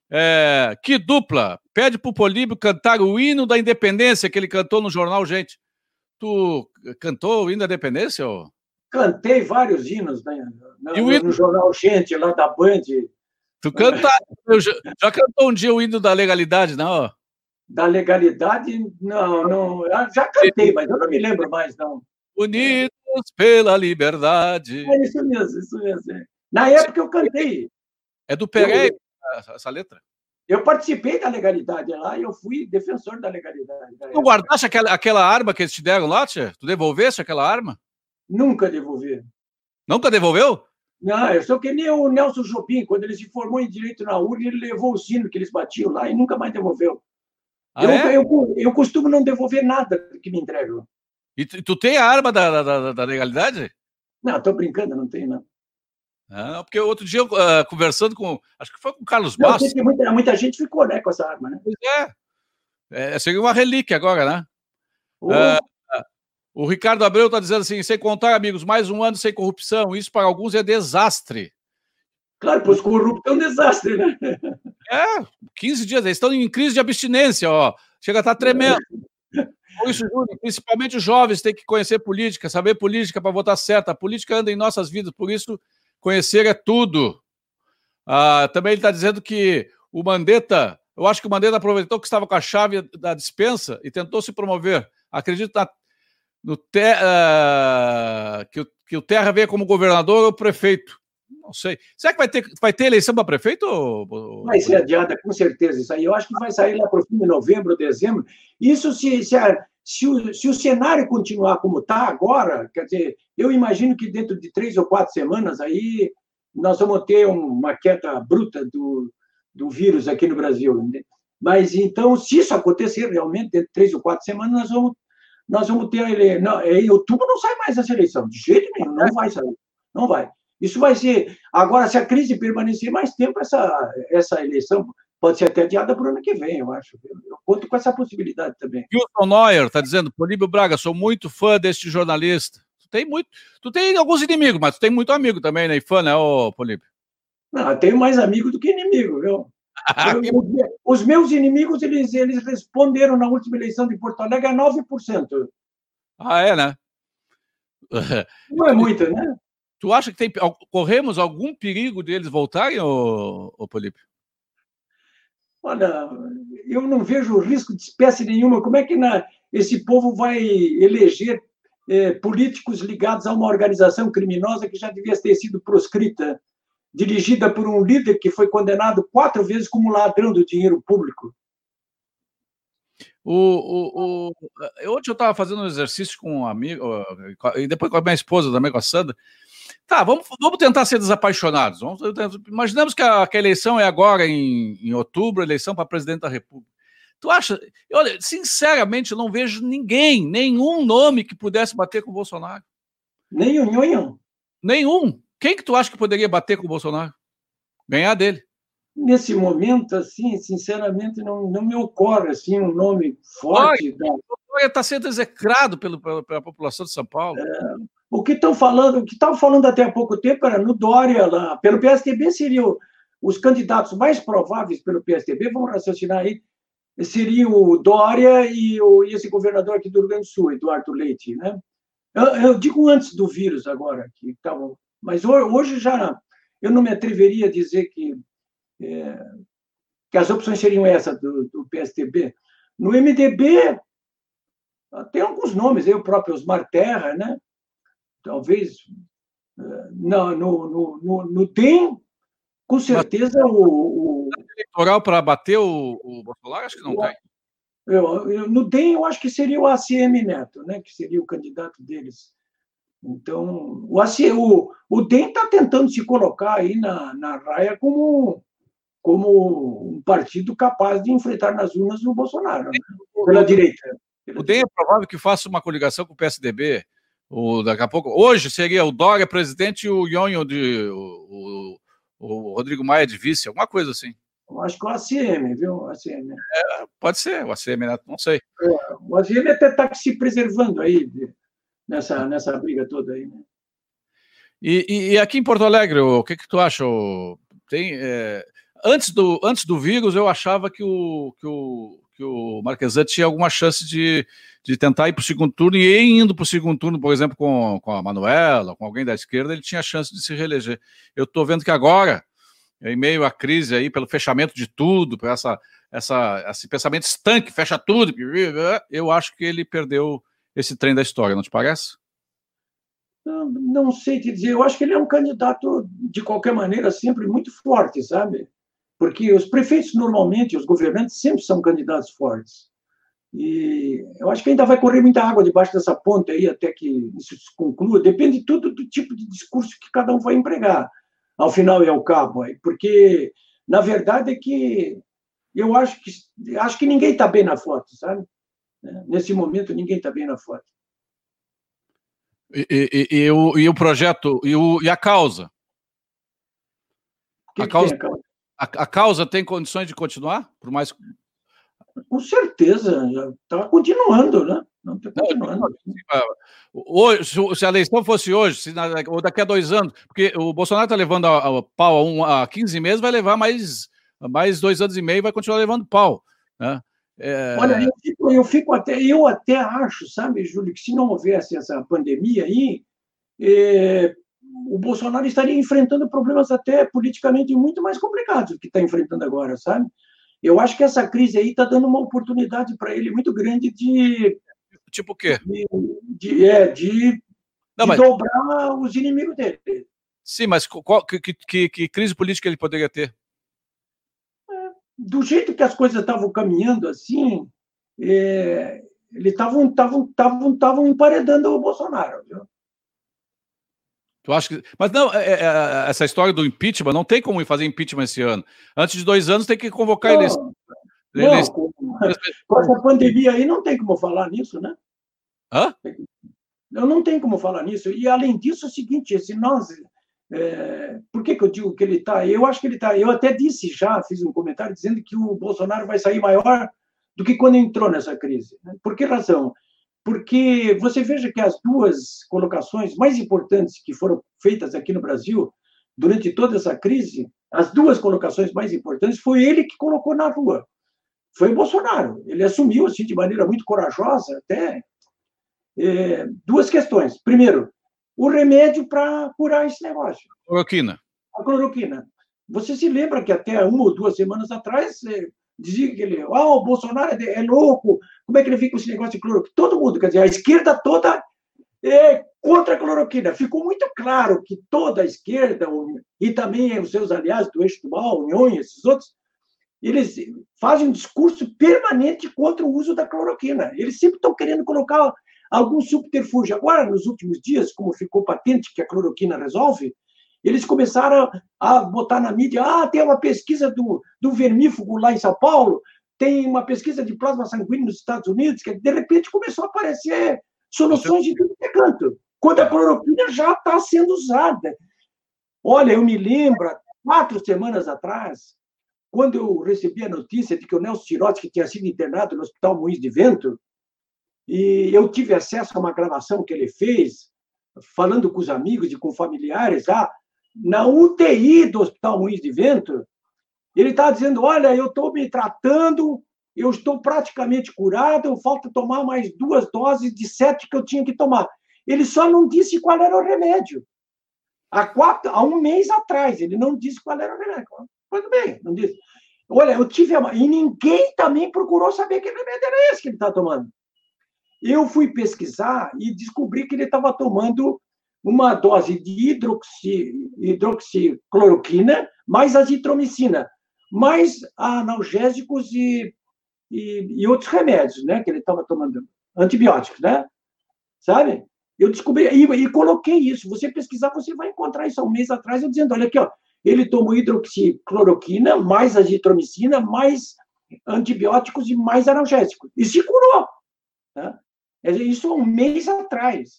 Speaker 1: é, que dupla, pede para o Políbio cantar o hino da independência que ele cantou no jornal, gente. Tu cantou o hino da independência? Ou...
Speaker 2: Cantei vários hinos, né? no, no, hino... no jornal Gente, lá da Band.
Speaker 1: Tu canta, já, já cantou um dia o hino da legalidade, não?
Speaker 2: Da legalidade, não, não. Já cantei, mas eu não me lembro mais, não.
Speaker 1: Unidos é. pela liberdade.
Speaker 2: É isso mesmo, isso mesmo. É. Na época eu cantei.
Speaker 1: É do Pereira eu, essa letra?
Speaker 2: Eu participei da legalidade lá e eu fui defensor da legalidade. Da
Speaker 1: tu guardaste aquela, aquela arma que eles te deram lá, tia? Tu devolveste aquela arma?
Speaker 2: Nunca devolvi.
Speaker 1: Nunca devolveu?
Speaker 2: Não, eu sou que nem o Nelson Jobim, quando ele se formou em Direito na U R G, ele levou o sino que eles batiam lá e nunca mais devolveu.
Speaker 1: Ah,
Speaker 2: eu,
Speaker 1: é?
Speaker 2: eu, eu costumo não devolver nada que me entregam.
Speaker 1: E tu, tu tem a arma da, da, da legalidade?
Speaker 2: Não, estou brincando, não tenho, não.
Speaker 1: Ah, porque outro dia, uh, conversando com... Acho que foi com o Carlos
Speaker 2: não,
Speaker 1: Bastos.
Speaker 2: Muita, muita gente ficou, né, com essa arma, né?
Speaker 1: Pois é. é seria uma relíquia agora, né?
Speaker 2: Oh.
Speaker 1: Uh, o Ricardo Abreu está dizendo assim, sem contar, amigos, mais um ano sem corrupção. Isso para alguns é desastre.
Speaker 2: Claro, pois corrupto é um desastre, né?
Speaker 1: É, quinze dias, eles estão em crise de abstinência, ó. Chega a estar tremendo. Por isso, Júlio, principalmente os jovens têm que conhecer política, saber política para votar certo. A política anda em nossas vidas, por isso conhecer é tudo. Ah, também ele está dizendo que o Mandetta, eu acho que o Mandetta aproveitou que estava com a chave da dispensa e tentou se promover. Acredito na, no te, uh, que, o, que o Terra venha como governador ou prefeito. Não sei. Será que vai ter, vai ter eleição para prefeito? Ou...
Speaker 2: Vai ser adiada, com certeza. Isso aí eu acho que vai sair lá para o fim de novembro, dezembro. Isso se, se, a, se, o, se o cenário continuar como está agora, quer dizer, eu imagino que dentro de três ou quatro semanas aí nós vamos ter uma queda bruta do, do vírus aqui no Brasil. Mas, então, se isso acontecer realmente, dentro de três ou quatro semanas, nós vamos, nós vamos ter a eleição. Em outubro não sai mais essa eleição, de jeito nenhum, não vai sair. Não vai. Isso vai ser... Agora, se a crise permanecer mais tempo, essa, essa eleição pode ser até adiada para o ano que vem, eu acho. Eu, eu conto com essa possibilidade também.
Speaker 1: Wilson Neuer está dizendo, Políbio Braga, sou muito fã deste jornalista. Tu tem, muito, tu tem alguns inimigos, mas tu tem muito amigo também, né? E fã, né, ô, Políbio?
Speaker 2: Não, eu tenho mais amigo do que inimigo, viu? Eu, os meus inimigos, eles, eles responderam na última eleição de Porto Alegre a nove por cento.
Speaker 1: Ah, é, né?
Speaker 2: Não é muito, né?
Speaker 1: Tu acha que tem, corremos algum perigo deles voltarem, ô, ô Políbio?
Speaker 2: Olha, eu não vejo risco de espécie nenhuma. Como é que na, esse povo vai eleger é, políticos ligados a uma organização criminosa que já devia ter sido proscrita, dirigida por um líder que foi condenado quatro vezes como ladrão do dinheiro público?
Speaker 1: O, o, o, ontem eu estava fazendo um exercício com um amigo, e depois com a minha esposa também, com a Sandra. Tá, vamos, vamos tentar ser desapaixonados. Vamos, imaginamos que a, que a eleição é agora em, em outubro, a eleição para presidente da República. Tu acha? Olha, sinceramente, eu não vejo ninguém, nenhum nome que pudesse bater com o Bolsonaro.
Speaker 2: Nenhum, nenhum.
Speaker 1: Nenhum. Quem que tu acha que poderia bater com o Bolsonaro? Ganhar dele?
Speaker 2: Nesse momento, assim, sinceramente, não, não me ocorre assim, um nome forte.
Speaker 1: O Dória está sendo execrado pelo, pela, pela população de São Paulo.
Speaker 2: É, o que estão falando, o que estavam falando até há pouco tempo era no Dória, lá, pelo P S D B, seriam os candidatos mais prováveis pelo P S D B, vamos raciocinar aí, seriam o Dória e, o, e esse governador aqui do Rio Grande do Sul, Eduardo Leite, né? Eu, eu digo antes do vírus agora, que estavam, mas hoje já eu não me atreveria a dizer que É, que as opções seriam essas do, do P S D B. No M D B, tem alguns nomes, aí, o próprio Osmar Terra, né? Talvez. Não, no, no, no, no D E M, com certeza, o. o
Speaker 1: eleitoral para bater o, o Bolsonaro, acho que não tem.
Speaker 2: Eu, eu, no D E M, eu acho que seria o A C M Neto, né? Que seria o candidato deles. Então, o, o, o D E M está tentando se colocar aí na, na raia como. como um partido capaz de enfrentar nas urnas o Bolsonaro, né? Pela direita.
Speaker 1: O D E M é provável que faça uma coligação com o P S D B. O, daqui a pouco, hoje seria o Dória presidente e o Nhonho de o, o, o Rodrigo Maia de vice, alguma coisa assim.
Speaker 2: Eu acho que o A C M, viu? O A C M.
Speaker 1: É, pode ser, o A C M, não sei.
Speaker 2: É, o A C M até está se preservando aí nessa, nessa briga toda aí, né?
Speaker 1: E, e, e aqui em Porto Alegre, o que que tu acha? Tem é... Antes do, antes do vírus, eu achava que o, que o, que o Marquesantes tinha alguma chance de, de tentar ir para o segundo turno, e indo para o segundo turno, por exemplo, com, com a Manuela, com alguém da esquerda, ele tinha chance de se reeleger. Eu estou vendo que agora, em meio à crise, aí, pelo fechamento de tudo, por essa, essa, esse pensamento estanque, fecha tudo, eu acho que ele perdeu esse trem da história, não te parece?
Speaker 2: Não, não sei te dizer, eu acho que ele é um candidato, de qualquer maneira, sempre muito forte, sabe? Porque os prefeitos, normalmente, os governantes, sempre são candidatos fortes. E eu acho que ainda vai correr muita água debaixo dessa ponte aí, até que isso se conclua. Depende tudo do tipo de discurso que cada um vai empregar, ao final e ao cabo. Porque, na verdade, é que eu acho que, acho que ninguém está bem na foto, sabe? Nesse momento, ninguém está bem na foto.
Speaker 1: E, e, e, o, e o projeto, e, o, e a causa?
Speaker 2: Que a, que causa a causa?
Speaker 1: A, a causa tem condições de continuar? Por mais...
Speaker 2: Com certeza, já está continuando, né? Não está continuando.
Speaker 1: Hoje, se a eleição fosse hoje, se na, ou daqui a dois anos, porque o Bolsonaro está levando a, a pau a, um, a quinze meses, vai levar mais, mais dois anos e meio, vai continuar levando pau, né?
Speaker 2: É... Olha, eu fico, eu fico até, eu até acho, sabe, Júlio, que se não houvesse essa pandemia aí, é, o Bolsonaro estaria enfrentando problemas até politicamente muito mais complicados do que está enfrentando agora, sabe? Eu acho que essa crise aí está dando uma oportunidade para ele muito grande de...
Speaker 1: Tipo o quê?
Speaker 2: De, de, é, de,
Speaker 1: não,
Speaker 2: de
Speaker 1: mas...
Speaker 2: dobrar os inimigos dele.
Speaker 1: Sim, mas qual, que, que, que crise política ele poderia ter?
Speaker 2: Do jeito que as coisas estavam caminhando assim, é, eles estavam estavam estavam estavam emparedando o Bolsonaro, viu?
Speaker 1: Tu acha que... Mas não, é, é, essa história do impeachment, não tem como fazer impeachment esse ano. Antes de dois anos tem que convocar
Speaker 2: não,
Speaker 1: eleição.
Speaker 2: Não,
Speaker 1: eleição.
Speaker 2: com, com essa pandemia aí não tem como falar nisso, né?
Speaker 1: Hã?
Speaker 2: Eu não tenho como falar nisso. E, além disso, é o seguinte, se nós... É, por que, que eu digo que ele está... Eu acho que ele está... Eu até disse já, fiz um comentário dizendo que o Bolsonaro vai sair maior do que quando entrou nessa crise. Por que razão? Porque você veja que as duas colocações mais importantes que foram feitas aqui no Brasil durante toda essa crise, as duas colocações mais importantes foi ele que colocou na rua. Foi o Bolsonaro. Ele assumiu assim, de maneira muito corajosa até é, duas questões. Primeiro, o remédio para curar esse negócio.
Speaker 1: Cloroquina.
Speaker 2: A cloroquina. Você se lembra que até uma ou duas semanas atrás dizia que ele, ah, o Bolsonaro é, é louco, como é que ele fica com esse negócio de cloroquina? Todo mundo, quer dizer, a esquerda toda é contra a cloroquina. Ficou muito claro que toda a esquerda, e também os seus aliados do Eixo do Mal, União e esses outros, eles fazem um discurso permanente contra o uso da cloroquina. Eles sempre estão querendo colocar algum subterfúgio. Agora, nos últimos dias, como ficou patente que a cloroquina resolve, eles começaram a botar na mídia, ah, tem uma pesquisa do, do vermífugo lá em São Paulo, tem uma pesquisa de plasma sanguíneo nos Estados Unidos, que de repente começou a aparecer soluções de tudo que é canto, quando a cloroquina já está sendo usada. Olha, eu me lembro, quatro semanas atrás, quando eu recebi a notícia de que o Nelson Tirocci tinha sido internado no Hospital Moinhos de Vento, e eu tive acesso a uma gravação que ele fez, falando com os amigos e com familiares, lá, na U T I do Hospital Moinhos de Vento, ele estava dizendo, olha, eu estou me tratando, eu estou praticamente curado, falta tomar mais duas doses de sete que eu tinha que tomar. Ele só não disse qual era o remédio. Há, quatro, há um mês atrás, ele não disse qual era o remédio. Muito bem, não disse. Olha, eu tive... Uma... E ninguém também procurou saber que remédio era esse que ele está tomando. Eu fui pesquisar e descobri que ele estava tomando uma dose de hidroxi, hidroxicloroquina mais azitromicina, mais analgésicos e, e, e outros remédios, né, que ele estava tomando, antibióticos, né? Sabe? Eu descobri e, e coloquei isso. Você pesquisar, você vai encontrar isso há um mês atrás, eu dizendo, olha aqui, ó, ele tomou hidroxicloroquina, mais azitromicina, mais antibióticos e mais analgésicos. E se curou. Né? Isso há um mês atrás.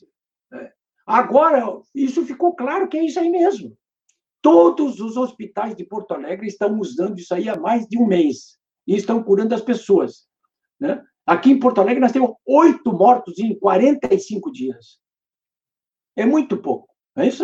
Speaker 2: Agora, isso ficou claro que é isso aí mesmo. Todos os hospitais de Porto Alegre estão usando isso aí há mais de um mês e estão curando as pessoas. Né? Aqui em Porto Alegre, nós temos oito mortos em quarenta e cinco dias. É muito pouco, não é isso?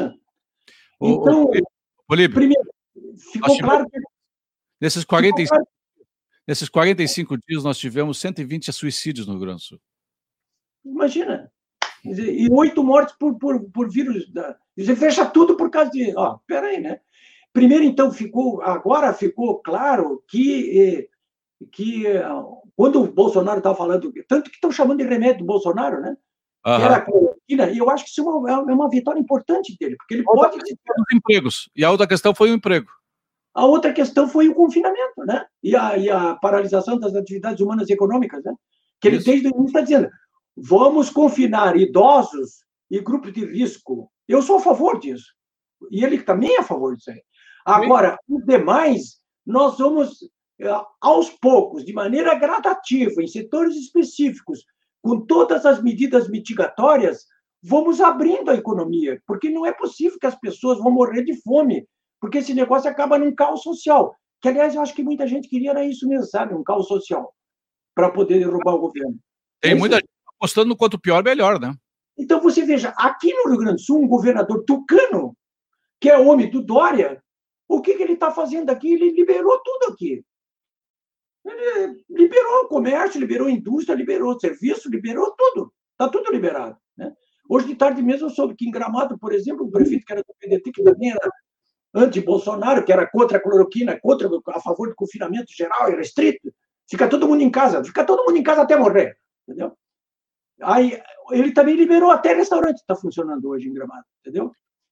Speaker 2: Então,
Speaker 1: Olívio,
Speaker 2: primeiro, ficou claro que...
Speaker 1: Nesses quarenta e cinco, claro... nesses quarenta e cinco dias, nós tivemos cento e vinte suicídios no Rio Grande do Sul.
Speaker 2: Imagina. E oito mortes por, por, por vírus. Da... Você fecha tudo por causa de... Ó, peraí, né? Primeiro, então, ficou... Agora ficou claro que, que quando o Bolsonaro estava falando... Tanto que estão chamando de remédio do Bolsonaro, né? Uhum. Que era a cloroquina. E eu acho que isso é uma, é uma vitória importante dele, porque ele
Speaker 1: outra
Speaker 2: pode...
Speaker 1: Os empregos. E a outra questão foi o emprego.
Speaker 2: A outra questão foi o confinamento, né? E a, e a paralisação das atividades humanas e econômicas, né? Que ele, isso. Desde o início, está dizendo... Vamos confinar idosos e grupos de risco. Eu sou a favor disso. E ele também é a favor disso aí. Agora, os demais, nós vamos, aos poucos, de maneira gradativa, em setores específicos, com todas as medidas mitigatórias, vamos abrindo a economia, porque não é possível que as pessoas vão morrer de fome, porque esse negócio acaba num caos social. Que, aliás, eu acho que muita gente queria era isso mesmo, sabe? Um caos social, para poder derrubar o governo.
Speaker 1: Tem é muita gente apostando no quanto pior, melhor, né?
Speaker 2: Então, você veja, aqui no Rio Grande do Sul, um governador tucano, que é homem do Dória, o que, que ele está fazendo aqui? Ele liberou tudo aqui. Ele liberou o comércio, liberou a indústria, liberou o serviço, liberou tudo. Está tudo liberado. Né? Hoje de tarde mesmo eu soube que em Gramado, por exemplo, o prefeito que era do P D T, que também era anti-Bolsonaro, que era contra a cloroquina, contra, a favor do confinamento geral e restrito, fica todo mundo em casa, fica todo mundo em casa até morrer. Entendeu? Aí, ele também liberou até restaurante, está funcionando hoje em Gramado, entendeu?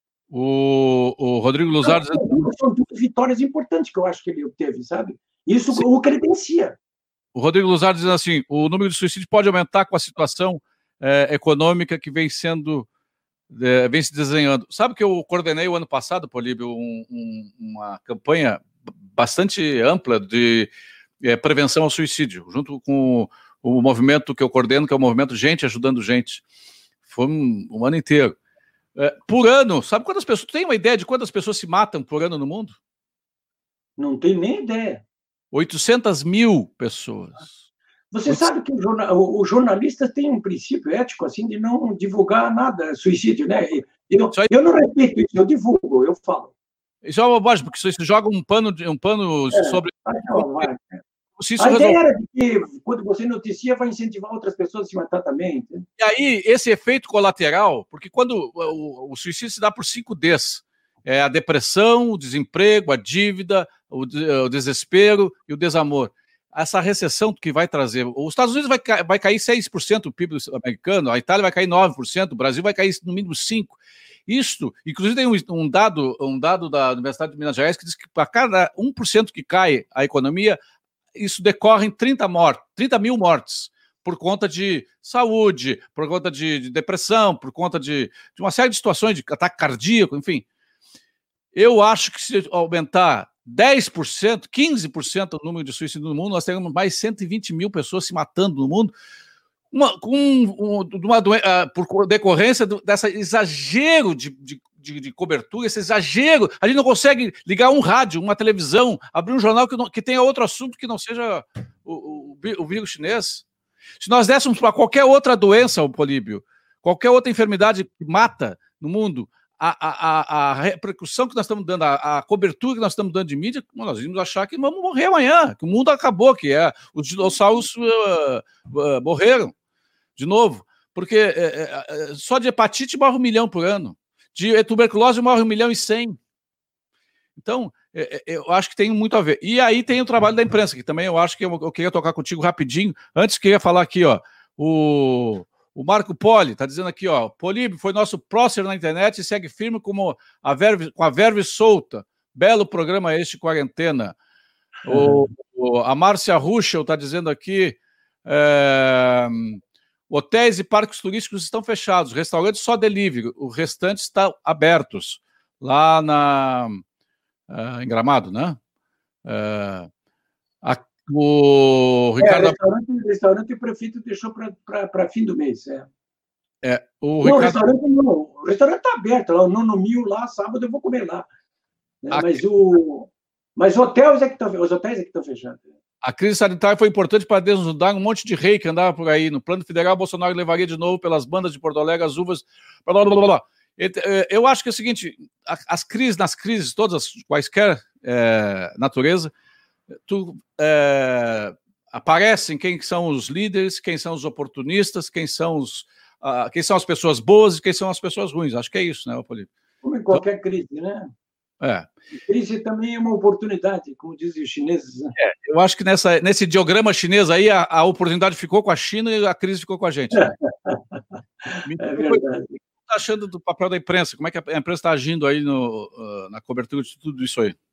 Speaker 1: O, o Rodrigo Luzardo...
Speaker 2: Então, são duas vitórias importantes que eu acho que ele obteve, sabe? Isso Sim. o credencia.
Speaker 1: O Rodrigo Luzardo dizendo assim, o número de suicídios pode aumentar com a situação é, econômica que vem sendo é, vem se desenhando. Sabe que eu coordenei o ano passado, Políbio, um, um, uma campanha bastante ampla de é, prevenção ao suicídio, junto com o, o movimento que eu coordeno, que é o movimento Gente Ajudando Gente. Foi um, um ano inteiro. É, por ano, sabe quantas pessoas... Tu tem uma ideia de quantas pessoas se matam por ano no mundo?
Speaker 2: Não tenho nem ideia.
Speaker 1: oitocentas mil pessoas.
Speaker 2: Você oitocentas... sabe que o, jornal, o, o jornalista tem um princípio ético assim de não divulgar nada, suicídio, né? Eu, aí... eu não repito isso, eu divulgo, eu falo.
Speaker 1: Isso é uma bobagem, porque se você joga um pano, um pano
Speaker 2: é,
Speaker 1: sobre...
Speaker 2: Não, vai.
Speaker 1: Se isso
Speaker 2: a
Speaker 1: resolve...
Speaker 2: ideia era de que, quando você noticia, vai incentivar outras pessoas a se matar também. Entende?
Speaker 1: E aí, esse efeito colateral, porque quando o, o suicídio se dá por cinco Ds, é a depressão, o desemprego, a dívida, o, o desespero e o desamor. Essa recessão que vai trazer... Os Estados Unidos vai, vai cair seis por cento do P I B americano, a Itália vai cair nove por cento, o Brasil vai cair no mínimo cinco por cento. Isto, inclusive tem um, um, dado, um dado da Universidade de Minas Gerais que diz que para cada um por cento que cai a economia, isso decorre em trinta mil mortes, por conta de saúde, por conta de, de depressão, por conta de, de uma série de situações, de ataque cardíaco, enfim. Eu acho que se aumentar dez por cento, quinze por cento o número de suicídios no mundo, nós teremos mais cento e vinte mil pessoas se matando no mundo, uma, com um, uma doença, por decorrência desse exagero de, de, de, de cobertura, esse exagero. A gente não consegue ligar um rádio, uma televisão, abrir um jornal que, não, que tenha outro assunto que não seja o, o, o vírus chinês. Se nós dessemos para qualquer outra doença, o Políbio, qualquer outra enfermidade que mata no mundo, a, a, a repercussão que nós estamos dando, a, a cobertura que nós estamos dando de mídia, nós íamos achar que vamos morrer amanhã, que o mundo acabou, que é, os dinossauros uh, uh, morreram de novo, porque uh, uh, só de hepatite morre um milhão por ano, de tuberculose morre um milhão e cem. Então, eu acho que tem muito a ver. E aí tem o trabalho da imprensa, que também eu acho que eu, eu queria tocar contigo rapidinho. Antes, queria falar aqui, ó, o, o Marco Poli está dizendo aqui, ó, Políbio foi nosso prócer na internet e segue firme como a verve, com a verve solta. Belo programa este, Quarentena. O, o, a Márcia Ruschel está dizendo aqui, é, hotéis e parques turísticos estão fechados, restaurantes só delivery, o restante está abertos. Lá na... Uh, em Gramado, né? Uh, a, o Ricardo...
Speaker 2: É, restaurante, restaurante o prefeito deixou para fim do mês, é.
Speaker 1: É, o
Speaker 2: não,
Speaker 1: Ricardo...
Speaker 2: restaurante não. O restaurante está aberto, lá, o Nono Mil, lá, sábado eu vou comer lá. Né? Mas, o, mas hotéis é que tão, os hotéis é que estão fechando.
Speaker 1: A crise sanitária foi importante para desnudar um monte de rei que andava por aí. No plano federal, Bolsonaro levaria de novo pelas bandas de Porto Alegre as uvas... Blá, blá, blá, blá. Eu acho que é o seguinte, as crises, nas crises, todas as quaisquer é, natureza, tu, é, aparecem quem são os líderes, quem são os oportunistas, quem são, os, uh, quem são as pessoas boas e quem são as pessoas ruins. Acho que é isso, né, Políbio?
Speaker 2: Como em qualquer então, crise, né?
Speaker 1: É.
Speaker 2: Crise também é uma oportunidade, como dizem os chineses. Né?
Speaker 1: É, eu acho que nessa, nesse diagrama chinês aí, a, a oportunidade ficou com a China e a crise ficou com a gente. Né?
Speaker 2: É verdade.
Speaker 1: Está achando do papel da imprensa? Como é que a imprensa está agindo aí no, uh, na cobertura de tudo isso aí?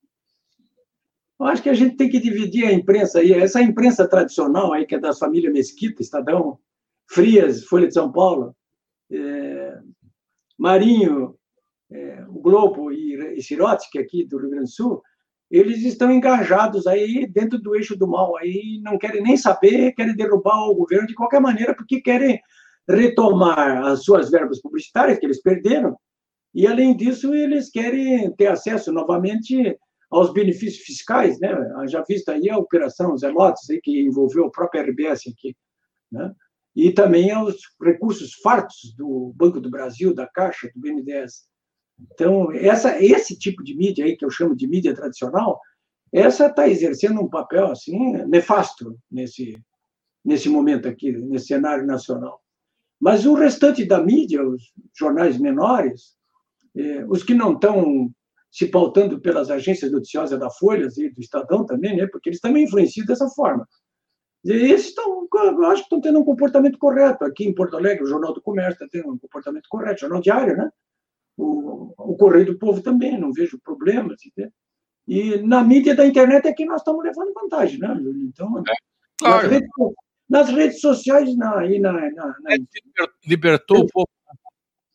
Speaker 2: Eu acho que a gente tem que dividir a imprensa aí. Essa imprensa tradicional aí, que é das famílias Mesquita, Estadão, Frias, Folha de São Paulo, é, Marinho, é, o Globo e, e Sirotsky, aqui do Rio Grande do Sul, eles estão engajados aí dentro do eixo do mal. Aí não querem nem saber, querem derrubar o governo de qualquer maneira, porque querem retomar as suas verbas publicitárias que eles perderam, e, além disso, eles querem ter acesso novamente aos benefícios fiscais, né? Já visto aí a Operação Zelotes, aí, que envolveu o próprio R B S aqui, né? E também aos recursos fartos do Banco do Brasil, da Caixa, do B N D E S. Então, essa, esse tipo de mídia aí, que eu chamo de mídia tradicional, essa está exercendo um papel assim nefasto nesse, nesse momento aqui, nesse cenário nacional. Mas o restante da mídia, os jornais menores, eh, os que não estão se pautando pelas agências noticiosas da Folha e do Estadão também, né, porque eles também influenciam dessa forma. E esses estão, eu acho que estão tendo um comportamento correto. Aqui em Porto Alegre, o Jornal do Comércio está tendo um comportamento correto, Jornal Diário, né? O, o Correio do Povo também, não vejo problemas. Né? E na mídia da internet é que nós estamos levando vantagem, né, Júlio? Então,
Speaker 1: é, claro.
Speaker 2: nas redes, nas redes sociais na, e na, na, na...
Speaker 1: Libertou o povo.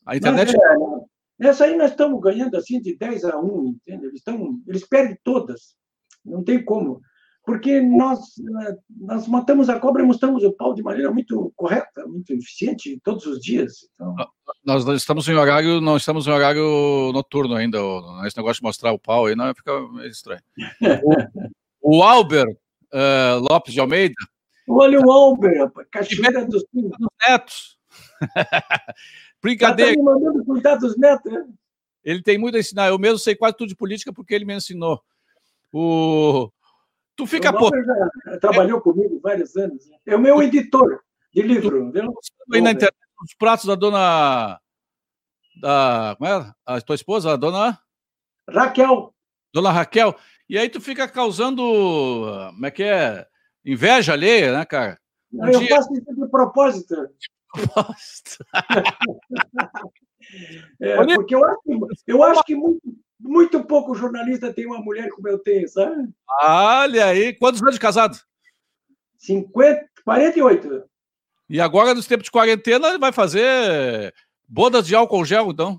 Speaker 1: A internet...
Speaker 2: Mas, é, essa aí nós estamos ganhando assim de dez a um, entende? Eles, estão, eles perdem todas. Não tem como. Porque nós, nós matamos a cobra e mostramos o pau de maneira muito correta, muito eficiente, todos os dias. Então...
Speaker 1: Nós não estamos em horário, não estamos em horário noturno ainda. Esse negócio de mostrar o pau aí não fica meio estranho. O, o Albert uh, Lopes de Almeida.
Speaker 2: Olha o Albert, Cachoeira dos
Speaker 1: Netos. Brincadeira.
Speaker 2: Tá me mandando cuidar dos netos, né?
Speaker 1: Ele tem muito a ensinar. Eu mesmo sei quase tudo de política porque ele me ensinou. O... Tu fica...
Speaker 2: O Albert já trabalhou é... comigo vários anos. É o meu editor de livro.
Speaker 1: Tu aí na internet os pratos da dona... Da... Como é? A tua esposa, a dona...
Speaker 2: Raquel.
Speaker 1: Dona Raquel. E aí tu fica causando... Como é que é? Inveja alheia, né, cara?
Speaker 2: Um Não, dia... Eu faço isso de propósito. é, porque eu acho que, eu acho que muito, muito pouco jornalista tem uma mulher como eu tenho, sabe?
Speaker 1: Olha aí, quantos anos de casado?
Speaker 2: cinquenta, quarenta e oito.
Speaker 1: E agora, nos tempos de quarentena, vai fazer bodas de álcool gel, então?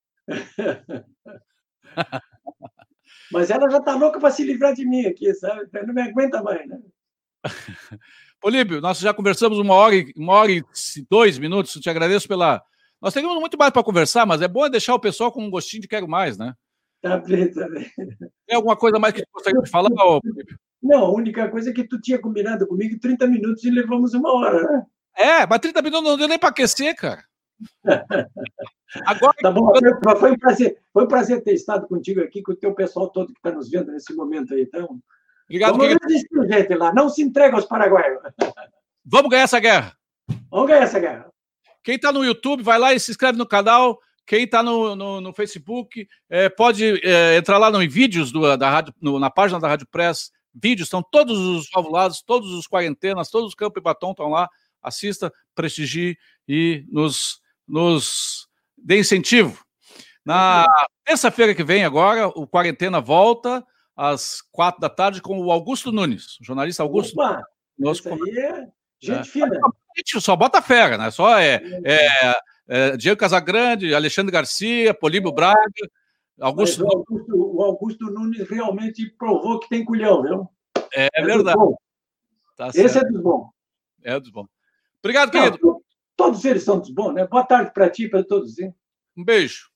Speaker 2: Mas ela já está louca para se livrar de mim aqui, sabe? Não me aguenta mais, né?
Speaker 1: Políbio, nós já conversamos uma hora, e, uma hora e dois minutos. Eu te agradeço pela... Nós temos muito mais para conversar, mas é bom deixar o pessoal com um gostinho de quero mais, né?
Speaker 2: Tá bem, tá bem.
Speaker 1: Tem alguma coisa mais que tu gostaria de falar, Políbio?
Speaker 2: Não, a única coisa é que tu tinha combinado comigo trinta minutos e levamos uma hora, né?
Speaker 1: É, mas trinta minutos não deu nem para aquecer, cara. Agora...
Speaker 2: Tá bom, foi um prazer, foi um prazer ter estado contigo aqui, com o teu pessoal todo que está nos vendo nesse momento aí. Então,
Speaker 1: obrigado,
Speaker 2: vamos
Speaker 1: querido.
Speaker 2: Gente lá, não se entrega aos paraguaios.
Speaker 1: Vamos ganhar essa guerra.
Speaker 2: Vamos ganhar essa guerra.
Speaker 1: Quem está no YouTube, vai lá e se inscreve no canal. Quem está no, no, no Facebook, é, pode é, entrar lá no, em vídeos do, da rádio, no, na página da Rádio Press. Vídeos, estão todos os ovulados, todos os quarentenas, todos os Campo e Batom estão lá. Assista, prestigie e nos, nos dê incentivo. Na terça-feira que vem agora, o Quarentena volta às quatro da tarde com o Augusto Nunes, o jornalista Augusto.
Speaker 2: Opa, Nunes. Isso aí é gente é. fina.
Speaker 1: Só bota fera, né? Só é, é, é Diego Casagrande, Alexandre Garcia, Políbio Braga, Augusto...
Speaker 2: O Augusto, o Augusto Nunes realmente provou que tem culhão, viu?
Speaker 1: É, é verdade.
Speaker 2: Tá Esse é dos bons.
Speaker 1: É dos bons. Obrigado, querido.
Speaker 2: Não, todos eles são dos bons, né? Boa tarde para ti e para todos. Hein?
Speaker 1: Um beijo.